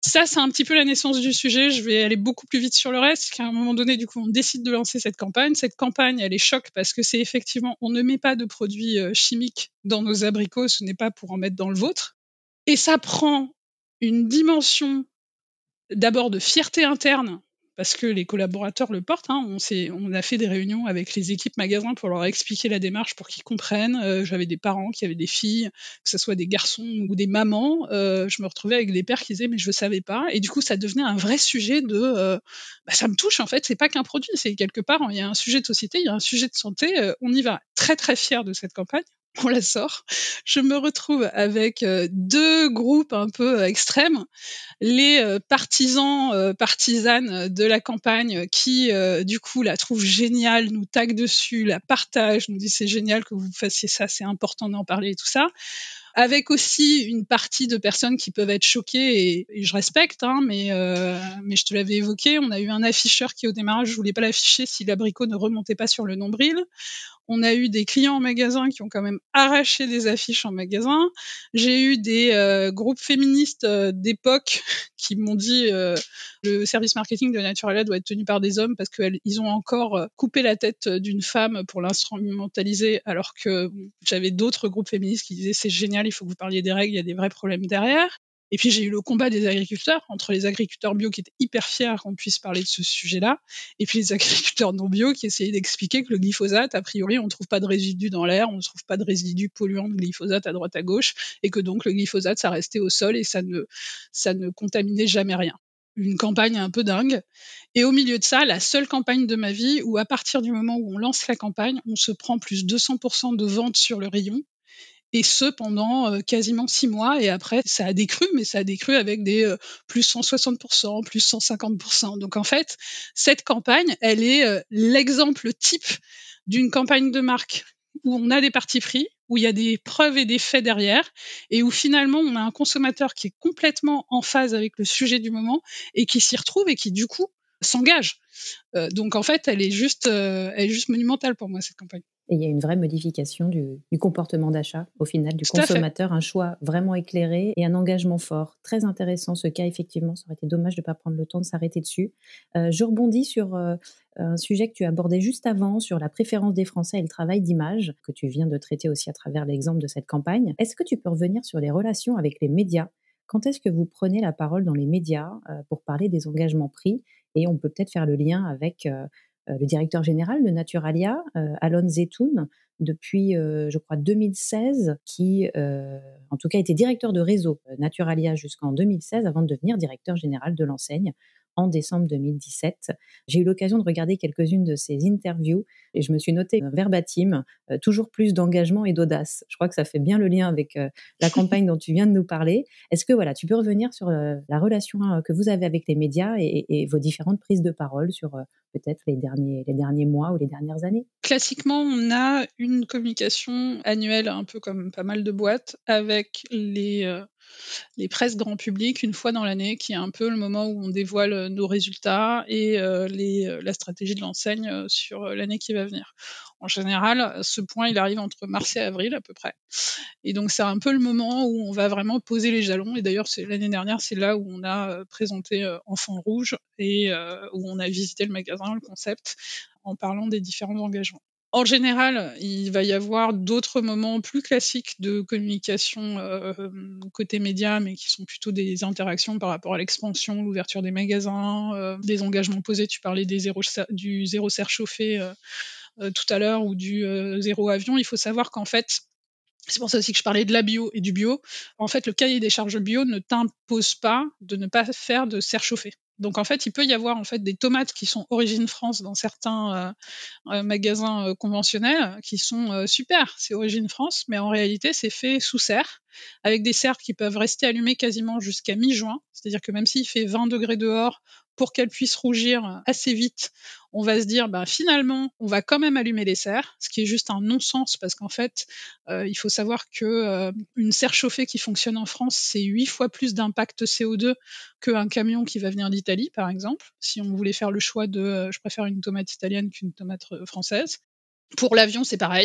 Ça, c'est un petit peu la naissance du sujet. Je vais aller beaucoup plus vite sur le reste, qu'à un moment donné, du coup, on décide de lancer cette campagne. Cette campagne, elle est choc parce que c'est effectivement, on ne met pas de produits euh, chimiques dans nos abricots, ce n'est pas pour en mettre dans le vôtre. Et ça prend une dimension d'abord de fierté interne, parce que les collaborateurs le portent. Hein. On, s'est, on a fait des réunions avec les équipes magasins pour leur expliquer la démarche, pour qu'ils comprennent. Euh, j'avais des parents qui avaient des filles, que ce soit des garçons ou des mamans. Euh, je me retrouvais avec des pères qui disaient « mais je ne savais pas ». Et du coup, ça devenait un vrai sujet de euh, bah, « ça me touche en fait, c'est pas qu'un produit, c'est quelque part, il y a un sujet de société, il y a un sujet de santé, euh, on y va ». Très très fière de cette campagne. On la sort. Je me retrouve avec euh, deux groupes un peu euh, extrêmes. Les euh, partisans, euh, partisanes de la campagne qui, euh, du coup, la trouvent géniale, nous taguent dessus, la partagent, nous disent c'est génial que vous fassiez ça, c'est important d'en parler et tout ça. Avec aussi une partie de personnes qui peuvent être choquées, et, et je respecte, hein, mais, euh, mais je te l'avais évoqué, on a eu un afficheur qui, au démarrage, ne voulait pas l'afficher si l'abricot ne remontait pas sur le nombril. On a eu des clients en magasin qui ont quand même arraché des affiches en magasin. J'ai eu des euh, groupes féministes euh, d'époque qui m'ont dit euh, le service marketing de Naturalia doit être tenu par des hommes parce qu'ils ont encore euh, coupé la tête d'une femme pour l'instrumentaliser, alors que bon, j'avais d'autres groupes féministes qui disaient c'est génial, il faut que vous parliez des règles, il y a des vrais problèmes derrière. Et puis j'ai eu le combat des agriculteurs, entre les agriculteurs bio qui étaient hyper fiers qu'on puisse parler de ce sujet-là, et puis les agriculteurs non bio qui essayaient d'expliquer que le glyphosate, a priori, on ne trouve pas de résidus dans l'air, on ne trouve pas de résidus polluants de glyphosate à droite à gauche, et que donc le glyphosate, ça restait au sol et ça ne, ça ne contaminait jamais rien. Une campagne un peu dingue. Et au milieu de ça, la seule campagne de ma vie où à partir du moment où on lance la campagne, on se prend plus deux cents pour cent de ventes sur le rayon, et ce pendant euh, quasiment six mois. Et après, ça a décru, mais ça a décru avec des euh, plus cent soixante pour cent, plus cent cinquante pour cent. Donc en fait, cette campagne, elle est euh, l'exemple type d'une campagne de marque où on a des partis pris, où il y a des preuves et des faits derrière, et où finalement on a un consommateur qui est complètement en phase avec le sujet du moment et qui s'y retrouve et qui du coup s'engage. Euh, donc en fait, elle est juste, euh, elle est juste monumentale pour moi, cette campagne. Et il y a une vraie modification du, du comportement d'achat, au final, du Tout à fait. consommateur, un choix vraiment éclairé et un engagement fort. Très intéressant ce cas, effectivement, ça aurait été dommage de ne pas prendre le temps de s'arrêter dessus. Euh, je rebondis sur euh, un sujet que tu abordais juste avant, sur la préférence des Français et le travail d'image, que tu viens de traiter aussi à travers l'exemple de cette campagne. Est-ce que tu peux revenir sur les relations avec les médias ? Quand est-ce que vous prenez la parole dans les médias euh, pour parler des engagements pris ? Et on peut peut-être faire le lien avec... Euh, Euh, le directeur général de Naturalia, euh, Alon Zetoun, depuis, euh, je crois, deux mille seize, qui, euh, en tout cas, était directeur de réseau euh, Naturalia jusqu'en deux mille seize, avant de devenir directeur général de l'enseigne en décembre deux mille dix-sept. J'ai eu l'occasion de regarder quelques-unes de ses interviews et je me suis noté verbatim euh, toujours plus d'engagement et d'audace. Je crois que ça fait bien le lien avec euh, la campagne dont tu viens de nous parler. Est-ce que voilà, tu peux revenir sur euh, la relation euh, que vous avez avec les médias et, et vos différentes prises de parole sur euh, peut-être les derniers, les derniers mois ou les dernières années? Classiquement, on a une communication annuelle, un peu comme pas mal de boîtes, avec les, euh, les presses grand public une fois dans l'année, qui est un peu le moment où on dévoile nos résultats et euh, les, euh, la stratégie de l'enseigne euh, sur l'année qui va venir. En général, ce point, il arrive entre mars et avril à peu près. Et donc, c'est un peu le moment où on va vraiment poser les jalons. Et d'ailleurs, c'est, l'année dernière, c'est là où on a euh, présenté euh, Enfant Rouge et euh, où on a visité le magasin, le concept, en parlant des différents engagements. En général, il va y avoir d'autres moments plus classiques de communication euh, côté média, mais qui sont plutôt des interactions par rapport à l'expansion, l'ouverture des magasins, euh, des engagements posés. Tu parlais des zéro, du zéro serre chauffé euh, euh, tout à l'heure, ou du euh, zéro avion. Il faut savoir qu'en fait, c'est pour ça aussi que je parlais de la bio et du bio. En fait, le cahier des charges bio ne t'impose pas de ne pas faire de serre chauffée. Donc en fait, il peut y avoir en fait des tomates qui sont origine France dans certains euh, euh, magasins euh, conventionnels qui sont euh, super, c'est origine France, mais en réalité, c'est fait sous serre, avec des serres qui peuvent rester allumées quasiment jusqu'à mi-juin. C'est-à-dire que même s'il fait vingt degrés dehors, pour qu'elles puissent rougir assez vite, on va se dire, bah, finalement, on va quand même allumer les serres, ce qui est juste un non-sens, parce qu'en fait, euh, il faut savoir que euh, une serre chauffée qui fonctionne en France, c'est huit fois plus d'impact C O deux qu'un camion qui va venir d'Italie, par exemple. Si on voulait faire le choix de, euh, je préfère une tomate italienne qu'une tomate française. Pour l'avion, c'est pareil.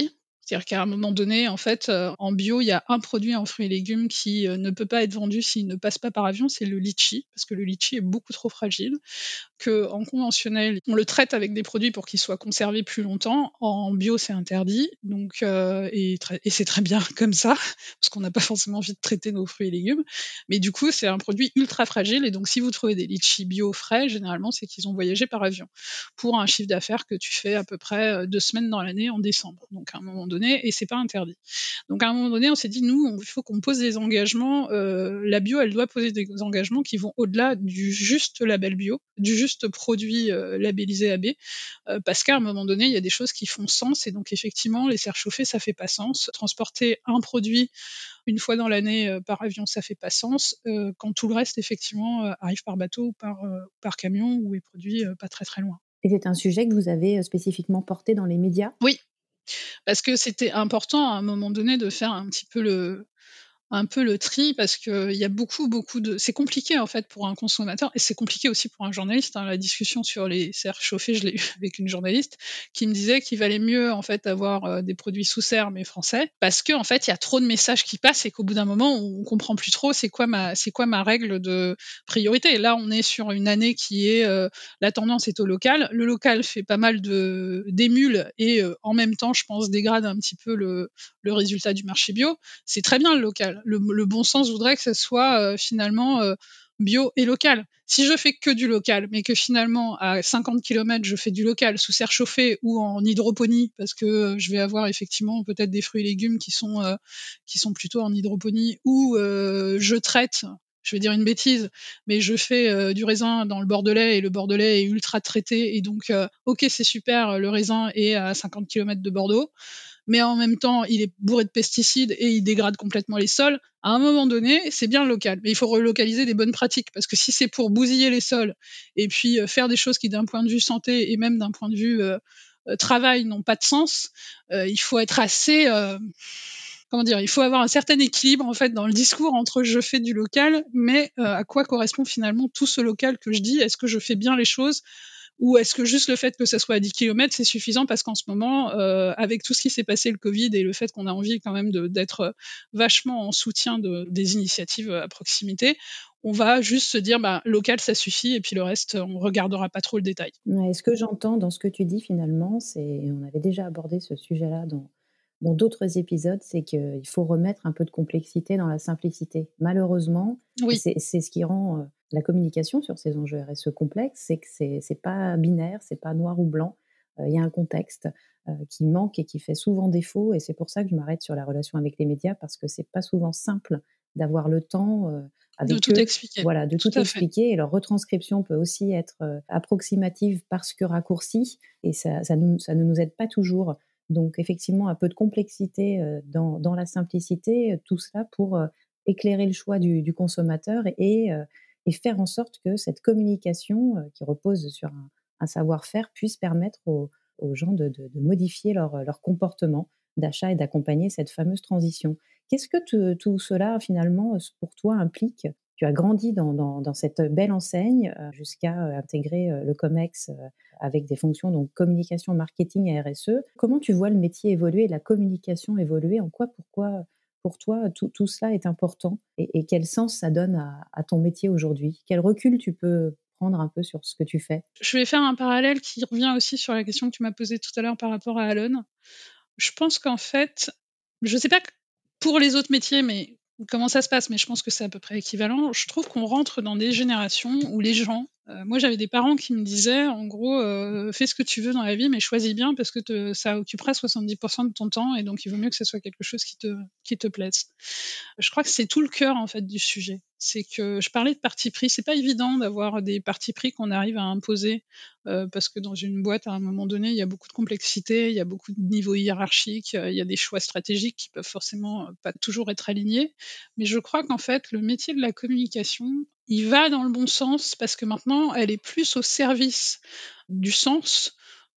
C'est-à-dire qu'à un moment donné, en fait, euh, en bio, il y a un produit en fruits et légumes qui euh, ne peut pas être vendu s'il ne passe pas par avion, c'est le litchi, parce que le litchi est beaucoup trop fragile, qu'en conventionnel, on le traite avec des produits pour qu'il soit conservé plus longtemps. En bio, c'est interdit, donc, euh, et, très- et c'est très bien comme ça, parce qu'on n'a pas forcément envie de traiter nos fruits et légumes. Mais du coup, c'est un produit ultra fragile, et donc si vous trouvez des litchis bio frais, généralement, c'est qu'ils ont voyagé par avion, pour un chiffre d'affaires que tu fais à peu près euh, deux semaines dans l'année en décembre. Donc à un moment donné, et c'est pas interdit. Donc à un moment donné, on s'est dit, nous, il faut qu'on pose des engagements. Euh, la bio, elle doit poser des engagements qui vont au-delà du juste label bio, du juste produit euh, labellisé A B, euh, parce qu'à un moment donné, il y a des choses qui font sens. Et donc effectivement, les serres chauffées, ça fait pas sens. Transporter un produit une fois dans l'année euh, par avion, ça fait pas sens. Euh, quand tout le reste, effectivement, euh, arrive par bateau ou par, euh, par camion ou est produit euh, pas très très loin. Et c'est un sujet que vous avez euh, spécifiquement porté dans les médias? Oui, parce que c'était important à un moment donné de faire un petit peu le, un peu le tri, parce qu'il y a beaucoup, beaucoup de. C'est compliqué en fait pour un consommateur, et c'est compliqué aussi pour un journaliste. Hein. La discussion sur les serres chauffées, je l'ai eu avec une journaliste qui me disait qu'il valait mieux en fait avoir euh, des produits sous serre mais français, parce que en fait il y a trop de messages qui passent et qu'au bout d'un moment on comprend plus trop c'est quoi ma c'est quoi ma règle de priorité. Et là on est sur une année qui est euh, la tendance est au local. Le local fait pas mal de d'émules et euh, en même temps je pense dégrade un petit peu le le résultat du marché bio. C'est très bien le local. Le, le bon sens voudrait que ce soit euh, finalement euh, bio et local. Si je fais que du local, mais que finalement à cinquante kilomètres je fais du local sous serre chauffée ou en hydroponie, parce que euh, je vais avoir effectivement peut-être des fruits et légumes qui sont euh, qui sont plutôt en hydroponie, ou euh, je traite, je vais dire une bêtise, mais je fais euh, du raisin dans le Bordelais et le Bordelais est ultra traité, et donc euh, ok c'est super, le raisin est à cinquante kilomètres de Bordeaux, mais en même temps, il est bourré de pesticides et il dégrade complètement les sols. À un moment donné, c'est bien le local, mais il faut relocaliser des bonnes pratiques, parce que si c'est pour bousiller les sols et puis euh, faire des choses qui, d'un point de vue santé et même d'un point de vue euh, euh, travail, n'ont pas de sens, euh, il faut être assez, euh, comment dire, il faut avoir un certain équilibre en fait dans le discours entre je fais du local, mais euh, à quoi correspond finalement tout ce local que je dis. Est-ce que je fais bien les choses? Ou est-ce que juste le fait que ça soit à dix kilomètres, c'est suffisant? Parce qu'en ce moment, euh, avec tout ce qui s'est passé, le Covid, et le fait qu'on a envie quand même de, d'être vachement en soutien de, des initiatives à proximité, on va juste se dire, bah, local, ça suffit, et puis le reste, on regardera pas trop le détail. Ouais, ce que j'entends dans ce que tu dis finalement, c'est, on avait déjà abordé ce sujet-là dans dans d'autres épisodes, c'est qu'il faut remettre un peu de complexité dans la simplicité. Malheureusement, et Oui, c'est c'est ce qui rend euh, la communication sur ces enjeux R S E complexe, c'est que c'est c'est pas binaire, c'est pas noir ou blanc. Euh, Il y a un contexte euh, qui manque et qui fait souvent défaut, et c'est pour ça que je m'arrête sur la relation avec les médias, parce que c'est pas souvent simple d'avoir le temps euh, de avec tout eux, expliquer. voilà, de Tout tout à fait. expliquer. Et leur retranscription peut aussi être euh, approximative parce que raccourcie, et ça, ça, nous, ça ne nous aide pas toujours. Donc effectivement, un peu de complexité euh, dans, dans la simplicité, euh, tout cela pour euh, éclairer le choix du, du consommateur et, euh, et faire en sorte que cette communication euh, qui repose sur un, un savoir-faire puisse permettre aux, aux gens de, de, de modifier leur, leur comportement d'achat et d'accompagner cette fameuse transition. Qu'est-ce que te- tout cela finalement pour toi implique? Tu as grandi dans, dans, dans cette belle enseigne euh, jusqu'à euh, intégrer euh, le COMEX euh, avec des fonctions donc communication, marketing et R S E. Comment tu vois le métier évoluer, la communication évoluer? En quoi, pourquoi, pour toi, tout, tout cela est important, et, et quel sens ça donne à, à ton métier aujourd'hui? Quel recul tu peux prendre un peu sur ce que tu fais? Je vais faire un parallèle qui revient aussi sur la question que tu m'as posée tout à l'heure par rapport à Alon. Je pense qu'en fait, je ne sais pas pour les autres métiers, mais comment ça se passe, mais je pense que c'est à peu près équivalent. Je trouve qu'on rentre dans des générations où les gens, euh, moi j'avais des parents qui me disaient, en gros, euh, fais ce que tu veux dans la vie, mais choisis bien parce que te, ça occupera soixante-dix pour cent de ton temps, et donc il vaut mieux que ce soit quelque chose qui te, qui te plaise. Je crois que c'est tout le cœur en fait du sujet. C'est que je parlais de parti pris. C'est pas évident d'avoir des partis pris qu'on arrive à imposer euh, parce que dans une boîte, à un moment donné, il y a beaucoup de complexité, il y a beaucoup de niveaux hiérarchiques, euh, il y a des choix stratégiques qui peuvent forcément euh, pas toujours être alignés. Mais je crois qu'en fait, le métier de la communication, il va dans le bon sens parce que maintenant, elle est plus au service du sens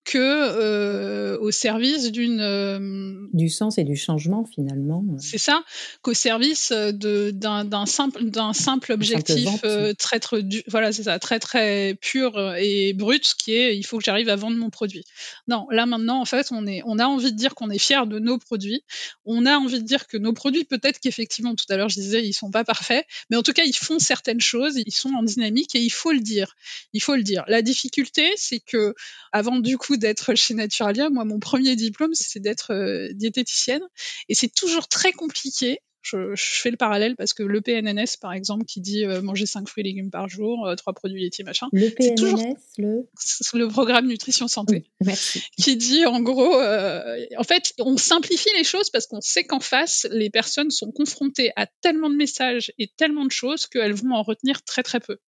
que euh, au service d'une euh, du sens et du changement finalement. C'est ça, qu'au service de d'un, d'un simple d'un simple objectif simple euh, très très du, voilà c'est ça très très pur et brut qui est il faut que j'arrive à vendre mon produit. Non, là maintenant en fait on est on a envie de dire qu'on est fier de nos produits, on a envie de dire que nos produits peut-être qu'effectivement tout à l'heure je disais ils sont pas parfaits, mais en tout cas ils font certaines choses, ils sont en dynamique et il faut le dire, il faut le dire. La difficulté c'est que avant du coup d'être chez Naturalia, moi mon premier diplôme c'est d'être euh, diététicienne et c'est toujours très compliqué. Je, je fais le parallèle parce que l'E P N N S, par exemple, qui dit euh, manger cinq fruits et légumes par jour, euh, trois produits laitiers, machin. Le P N N S, toujours le le programme nutrition santé, oui, merci. Qui dit en gros, euh, en fait, on simplifie les choses parce qu'on sait qu'en face, les personnes sont confrontées à tellement de messages et tellement de choses qu'elles vont en retenir très très peu.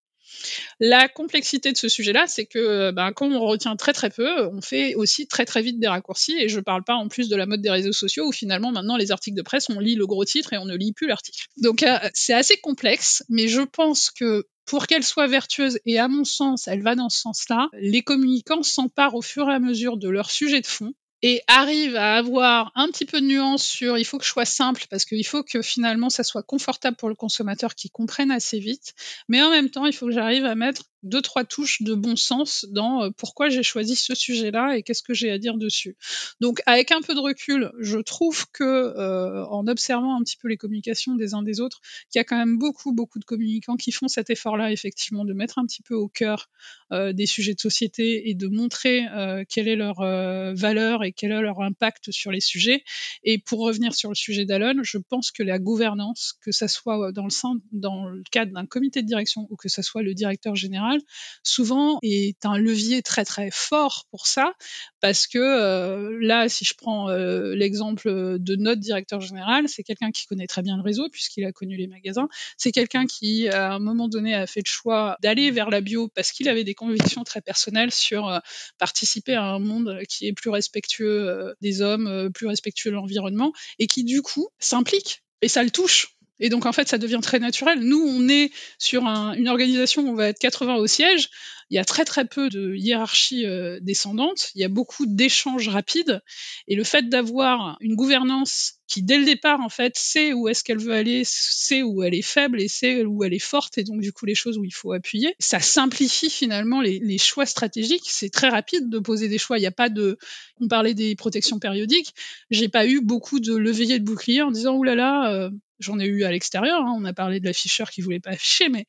La complexité de ce sujet-là, c'est que ben, quand on retient très très peu, on fait aussi très très vite des raccourcis, et je parle pas en plus de la mode des réseaux sociaux où finalement maintenant les articles de presse, on lit le gros titre et on ne lit plus l'article. Donc euh, c'est assez complexe, mais je pense que pour qu'elle soit vertueuse, et à mon sens, elle va dans ce sens-là, les communicants s'emparent au fur et à mesure de leur sujet de fond, et arrive à avoir un petit peu de nuance sur il faut que je sois simple parce qu'il faut que finalement ça soit confortable pour le consommateur qui comprenne assez vite, mais en même temps il faut que j'arrive à mettre deux trois touches de bon sens dans euh, pourquoi j'ai choisi ce sujet-là et qu'est-ce que j'ai à dire dessus. Donc avec un peu de recul, je trouve que euh, en observant un petit peu les communications des uns des autres, qu'il y a quand même beaucoup beaucoup de communicants qui font cet effort-là effectivement de mettre un petit peu au cœur euh, des sujets de société et de montrer euh, quelle est leur euh, valeur et quel est leur impact sur les sujets. Et pour revenir sur le sujet d'Alon, je pense que la gouvernance, que ça soit dans le, sein, dans le cadre d'un comité de direction ou que ça soit le directeur général, souvent est un levier très très fort pour ça, parce que euh, là, si je prends euh, l'exemple de notre directeur général, c'est quelqu'un qui connaît très bien le réseau puisqu'il a connu les magasins, c'est quelqu'un qui à un moment donné a fait le choix d'aller vers la bio parce qu'il avait des convictions très personnelles sur euh, participer à un monde qui est plus respectueux euh, des hommes, euh, plus respectueux de l'environnement, et qui du coup s'implique, et ça le touche. Et donc en fait ça devient très naturel. Nous on est sur un, une organisation où on va être quatre-vingts au siège, il y a très très peu de hiérarchie euh, descendante, il y a beaucoup d'échanges rapides, et le fait d'avoir une gouvernance qui dès le départ en fait sait où est-ce qu'elle veut aller, sait où elle est faible et sait où elle est forte, et donc du coup les choses où il faut appuyer, ça simplifie finalement les, les choix stratégiques. C'est très rapide de poser des choix, il n'y a pas de, on parlait des protections périodiques, j'ai pas eu beaucoup de leviers de bouclier en disant oulala, euh, j'en ai eu à l'extérieur, hein, on a parlé de l'afficheur qui voulait pas afficher, mais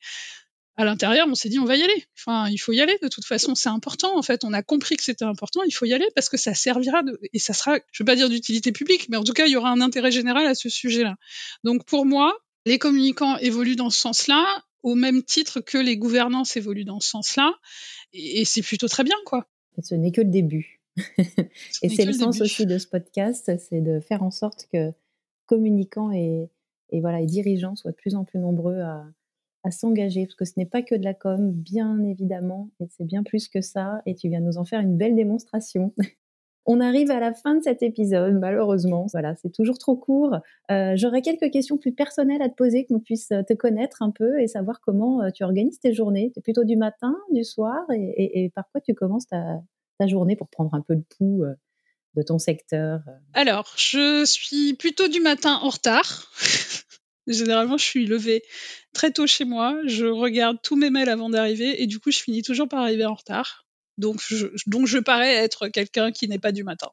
à l'intérieur, on s'est dit on va y aller. Enfin, il faut y aller. De toute façon, c'est important. En fait, on a compris que c'était important. Il faut y aller parce que ça servira de, et ça sera, je veux pas dire d'utilité publique, mais en tout cas, il y aura un intérêt général à ce sujet-là. Donc, pour moi, les communicants évoluent dans ce sens-là, au même titre que les gouvernances évoluent dans ce sens-là, et, et c'est plutôt très bien, quoi. Et ce n'est que le début. Et c'est le, le sens début. Aussi de ce podcast, c'est de faire en sorte que communicants et, et voilà, les dirigeants soient de plus en plus nombreux à à s'engager, parce que ce n'est pas que de la com, bien évidemment, et c'est bien plus que ça, et tu viens nous en faire une belle démonstration. On arrive à la fin de cet épisode, malheureusement. Voilà, c'est toujours trop court. Euh, j'aurais quelques questions plus personnelles à te poser, qu'on puisse te connaître un peu et savoir comment euh, tu organises tes journées. Tu es plutôt du matin, du soir, et, et, et par quoi tu commences ta, ta journée pour prendre un peu le pouls euh, de ton secteur? Alors, je suis plutôt du matin en retard. Généralement, je suis levée très tôt chez moi, je regarde tous mes mails avant d'arriver, et du coup, je finis toujours par arriver en retard. Donc je, donc je parais être quelqu'un qui n'est pas du matin.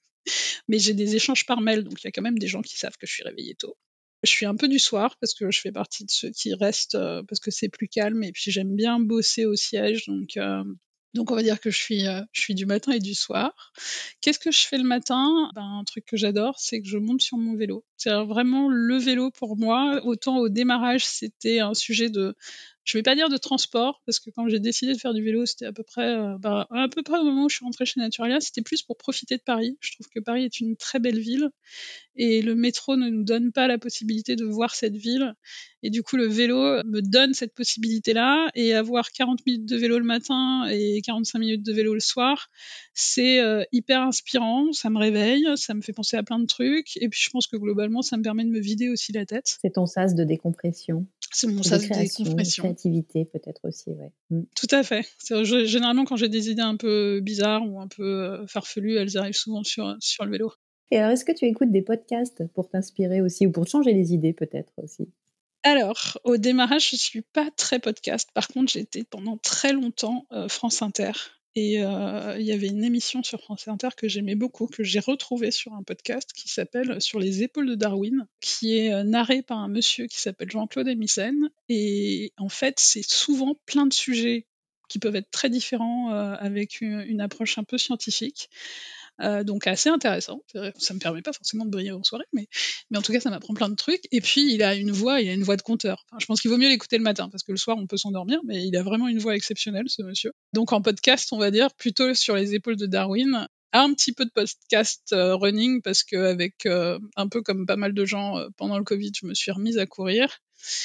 Mais j'ai des échanges par mail, donc il y a quand même des gens qui savent que je suis réveillée tôt. Je suis un peu du soir, parce que je fais partie de ceux qui restent, euh, parce que c'est plus calme, et puis j'aime bien bosser au siège, donc... Euh, Donc on va dire que je suis, euh, je suis du matin et du soir. Qu'est-ce que je fais le matin ? Ben, un truc que j'adore, c'est que je monte sur mon vélo. C'est vraiment le vélo pour moi. Autant au démarrage, c'était un sujet de, je vais pas dire de transport, parce que quand j'ai décidé de faire du vélo, c'était à peu près, euh, ben, à peu près au moment où je suis rentrée chez Naturalia. C'était plus pour profiter de Paris. Je trouve que Paris est une très belle ville, et le métro ne nous donne pas la possibilité de voir cette ville. Et du coup, le vélo me donne cette possibilité-là, et avoir quarante minutes de vélo le matin et quarante-cinq minutes de vélo le soir, c'est euh, hyper inspirant, ça me réveille, ça me fait penser à plein de trucs, et puis je pense que globalement, naturellement, ça me permet de me vider aussi la tête. C'est ton sas de décompression. C'est mon sas de décompression. Créativité peut-être aussi, ouais. Mm. Tout à fait. C'est, je, généralement, quand j'ai des idées un peu bizarres ou un peu euh, farfelues, elles arrivent souvent sur, sur le vélo. Et alors, est-ce que tu écoutes des podcasts pour t'inspirer aussi ou pour te changer les idées peut-être aussi ? Alors, au démarrage, je suis pas très podcast. Par contre, j'étais pendant très longtemps euh, France Inter. Et euh, il y avait une émission sur France Inter que j'aimais beaucoup, que j'ai retrouvée sur un podcast qui s'appelle Sur les épaules de Darwin, qui est euh, narré par un monsieur qui s'appelle Jean-Claude Emissen. Et en fait, c'est souvent plein de sujets qui peuvent être très différents euh, avec une, une approche un peu scientifique. Euh, donc assez intéressant. Ça me permet pas forcément de briller en soirée, mais, mais en tout cas ça m'apprend plein de trucs. Et puis il a une voix, il a une voix de conteur. Enfin, je pense qu'il vaut mieux l'écouter le matin parce que le soir on peut s'endormir, mais il a vraiment une voix exceptionnelle ce monsieur. Donc en podcast on va dire plutôt sur les épaules de Darwin. Un petit peu de podcast euh, running parce que avec euh, un peu comme pas mal de gens euh, pendant le Covid, je me suis remise à courir.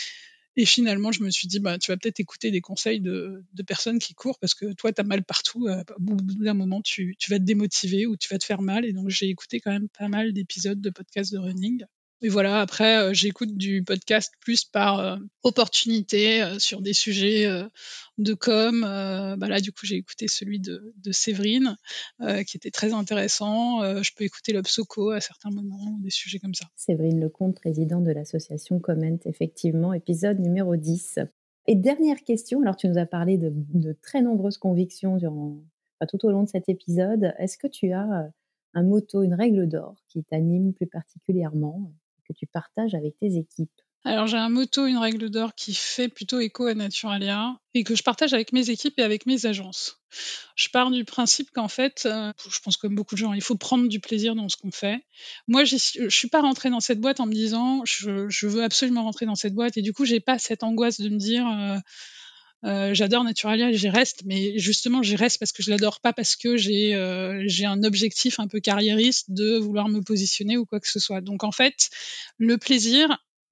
Et finalement, je me suis dit, bah, tu vas peut-être écouter des conseils de, de personnes qui courent parce que toi, tu as mal partout. Euh, au bout d'un moment, tu, tu vas te démotiver ou tu vas te faire mal. Et donc, j'ai écouté quand même pas mal d'épisodes de podcasts de running. Et voilà, après, euh, j'écoute du podcast plus par euh, opportunité euh, sur des sujets euh, de com. Euh, bah là, du coup, j'ai écouté celui de, de Séverine, euh, qui était très intéressant. Euh, je peux écouter l'Obsoco à certains moments, des sujets comme ça. Séverine Lecomte, présidente de l'association Comment, effectivement, épisode numéro dix. Et dernière question, alors tu nous as parlé de, de très nombreuses convictions durant, enfin, tout au long de cet épisode. Est-ce que tu as un motto, une règle d'or qui t'anime plus particulièrement, que tu partages avec tes équipes ? Alors j'ai un motto, une règle d'or qui fait plutôt écho à Naturalia et que je partage avec mes équipes et avec mes agences. Je pars du principe qu'en fait, euh, je pense comme beaucoup de gens, il faut prendre du plaisir dans ce qu'on fait. Moi, je suis pas rentrée dans cette boîte en me disant je, je veux absolument rentrer dans cette boîte et du coup j'ai pas cette angoisse de me dire euh, euh, j'adore Naturalia et j'y reste, mais justement j'y reste parce que je l'adore, pas parce que j'ai euh, j'ai un objectif un peu carriériste de vouloir me positionner ou quoi que ce soit. Donc en fait, le plaisir,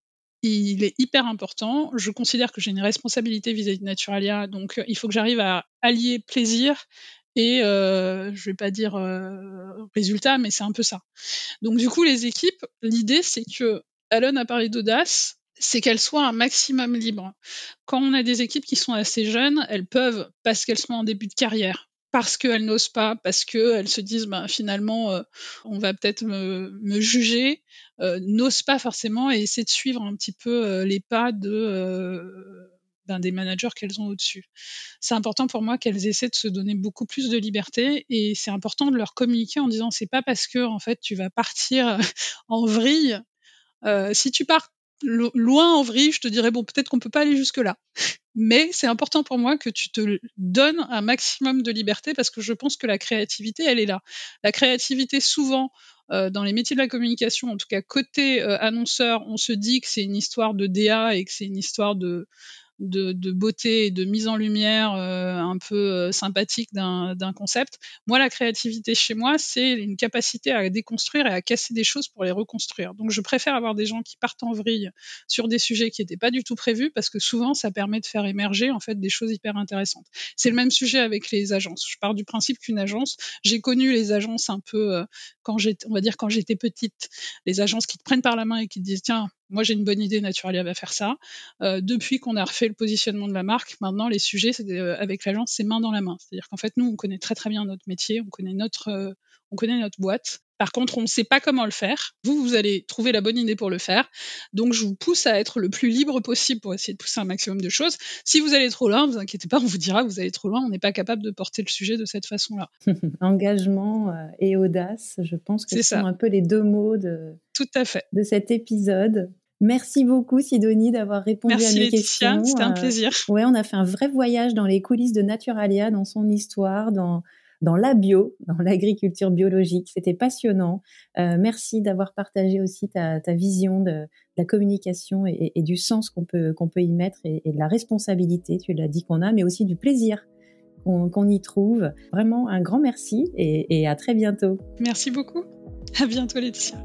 il est hyper important. Je considère que j'ai une responsabilité vis-à-vis de Naturalia, donc il faut que j'arrive à allier plaisir et, euh, je vais pas dire euh, résultat, mais c'est un peu ça. Donc du coup, les équipes, l'idée c'est que, Alon a parlé d'audace, c'est qu'elles soient un maximum libres. Quand on a des équipes qui sont assez jeunes, elles peuvent, parce qu'elles sont en début de carrière, parce qu'elles n'osent pas, parce qu'elles se disent bah, finalement euh, on va peut-être me, me juger, euh, n'osent pas forcément et essaient de suivre un petit peu euh, les pas de, euh, ben, des managers qu'elles ont au-dessus. C'est important pour moi qu'elles essaient de se donner beaucoup plus de liberté et c'est important de leur communiquer en disant c'est pas parce que en fait tu vas partir en vrille. Euh, si tu pars lo- loin en vrille, je te dirais bon peut-être qu'on peut pas aller jusque là. Mais c'est important pour moi que tu te donnes un maximum de liberté parce que je pense que la créativité, elle est là. La créativité, souvent, euh, dans les métiers de la communication, en tout cas côté euh, annonceur, on se dit que c'est une histoire de D A et que c'est une histoire de, de, de beauté et de mise en lumière euh, un peu euh, sympathique d'un, d'un concept. Moi, la créativité chez moi, c'est une capacité à déconstruire et à casser des choses pour les reconstruire. Donc, je préfère avoir des gens qui partent en vrille sur des sujets qui n'étaient pas du tout prévus parce que souvent, ça permet de faire émerger en fait des choses hyper intéressantes. C'est le même sujet avec les agences. Je pars du principe qu'une agence, j'ai connu les agences un peu euh, quand j'étais, on va dire quand j'étais petite, les agences qui te prennent par la main et qui te disent tiens, moi j'ai une bonne idée, Naturalia va faire ça. Euh, depuis qu'on a refait le positionnement de la marque, maintenant les sujets c'est, euh, avec l'agence, c'est main dans la main. C'est-à-dire qu'en fait nous on connaît très très bien notre métier, on connaît notre, euh, on connaît notre boîte. Par contre, on ne sait pas comment le faire. Vous, vous allez trouver la bonne idée pour le faire. Donc, je vous pousse à être le plus libre possible pour essayer de pousser un maximum de choses. Si vous allez trop loin, ne vous inquiétez pas, on vous dira vous allez trop loin. On n'est pas capable de porter le sujet de cette façon-là. Engagement euh, et audace, je pense que c'est ce ça. sont un peu les deux mots de, Tout à fait. de cet épisode. Merci beaucoup Sidonie d'avoir répondu Merci à mes Laetitia, questions. C'était un plaisir. Euh, ouais, on a fait un vrai voyage dans les coulisses de Naturalia, dans son histoire, dans, dans la bio, dans l'agriculture biologique. C'était passionnant. Euh, merci d'avoir partagé aussi ta, ta vision de, de la communication et, et du sens qu'on peut, qu'on peut y mettre et, et de la responsabilité, tu l'as dit, qu'on a, mais aussi du plaisir qu'on, qu'on y trouve. Vraiment un grand merci et, et à très bientôt. Merci beaucoup. À bientôt Laetitia.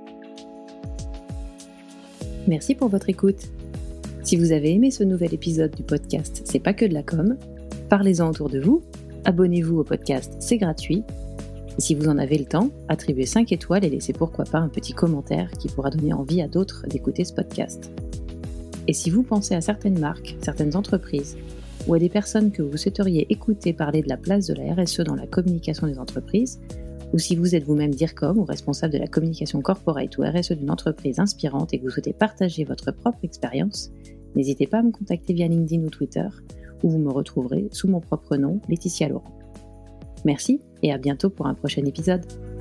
Merci pour votre écoute. Si vous avez aimé ce nouvel épisode du podcast C'est pas que de la com, parlez-en autour de vous, abonnez-vous au podcast, c'est gratuit. Et si vous en avez le temps, attribuez cinq étoiles et laissez pourquoi pas un petit commentaire qui pourra donner envie à d'autres d'écouter ce podcast. Et si vous pensez à certaines marques, certaines entreprises, ou à des personnes que vous souhaiteriez écouter parler de la place de la R S E dans la communication des entreprises, ou si vous êtes vous-même DIRCOM ou responsable de la communication corporate ou R S E d'une entreprise inspirante et que vous souhaitez partager votre propre expérience, n'hésitez pas à me contacter via LinkedIn ou Twitter, où vous me retrouverez sous mon propre nom, Laetitia Laurent. Merci et à bientôt pour un prochain épisode.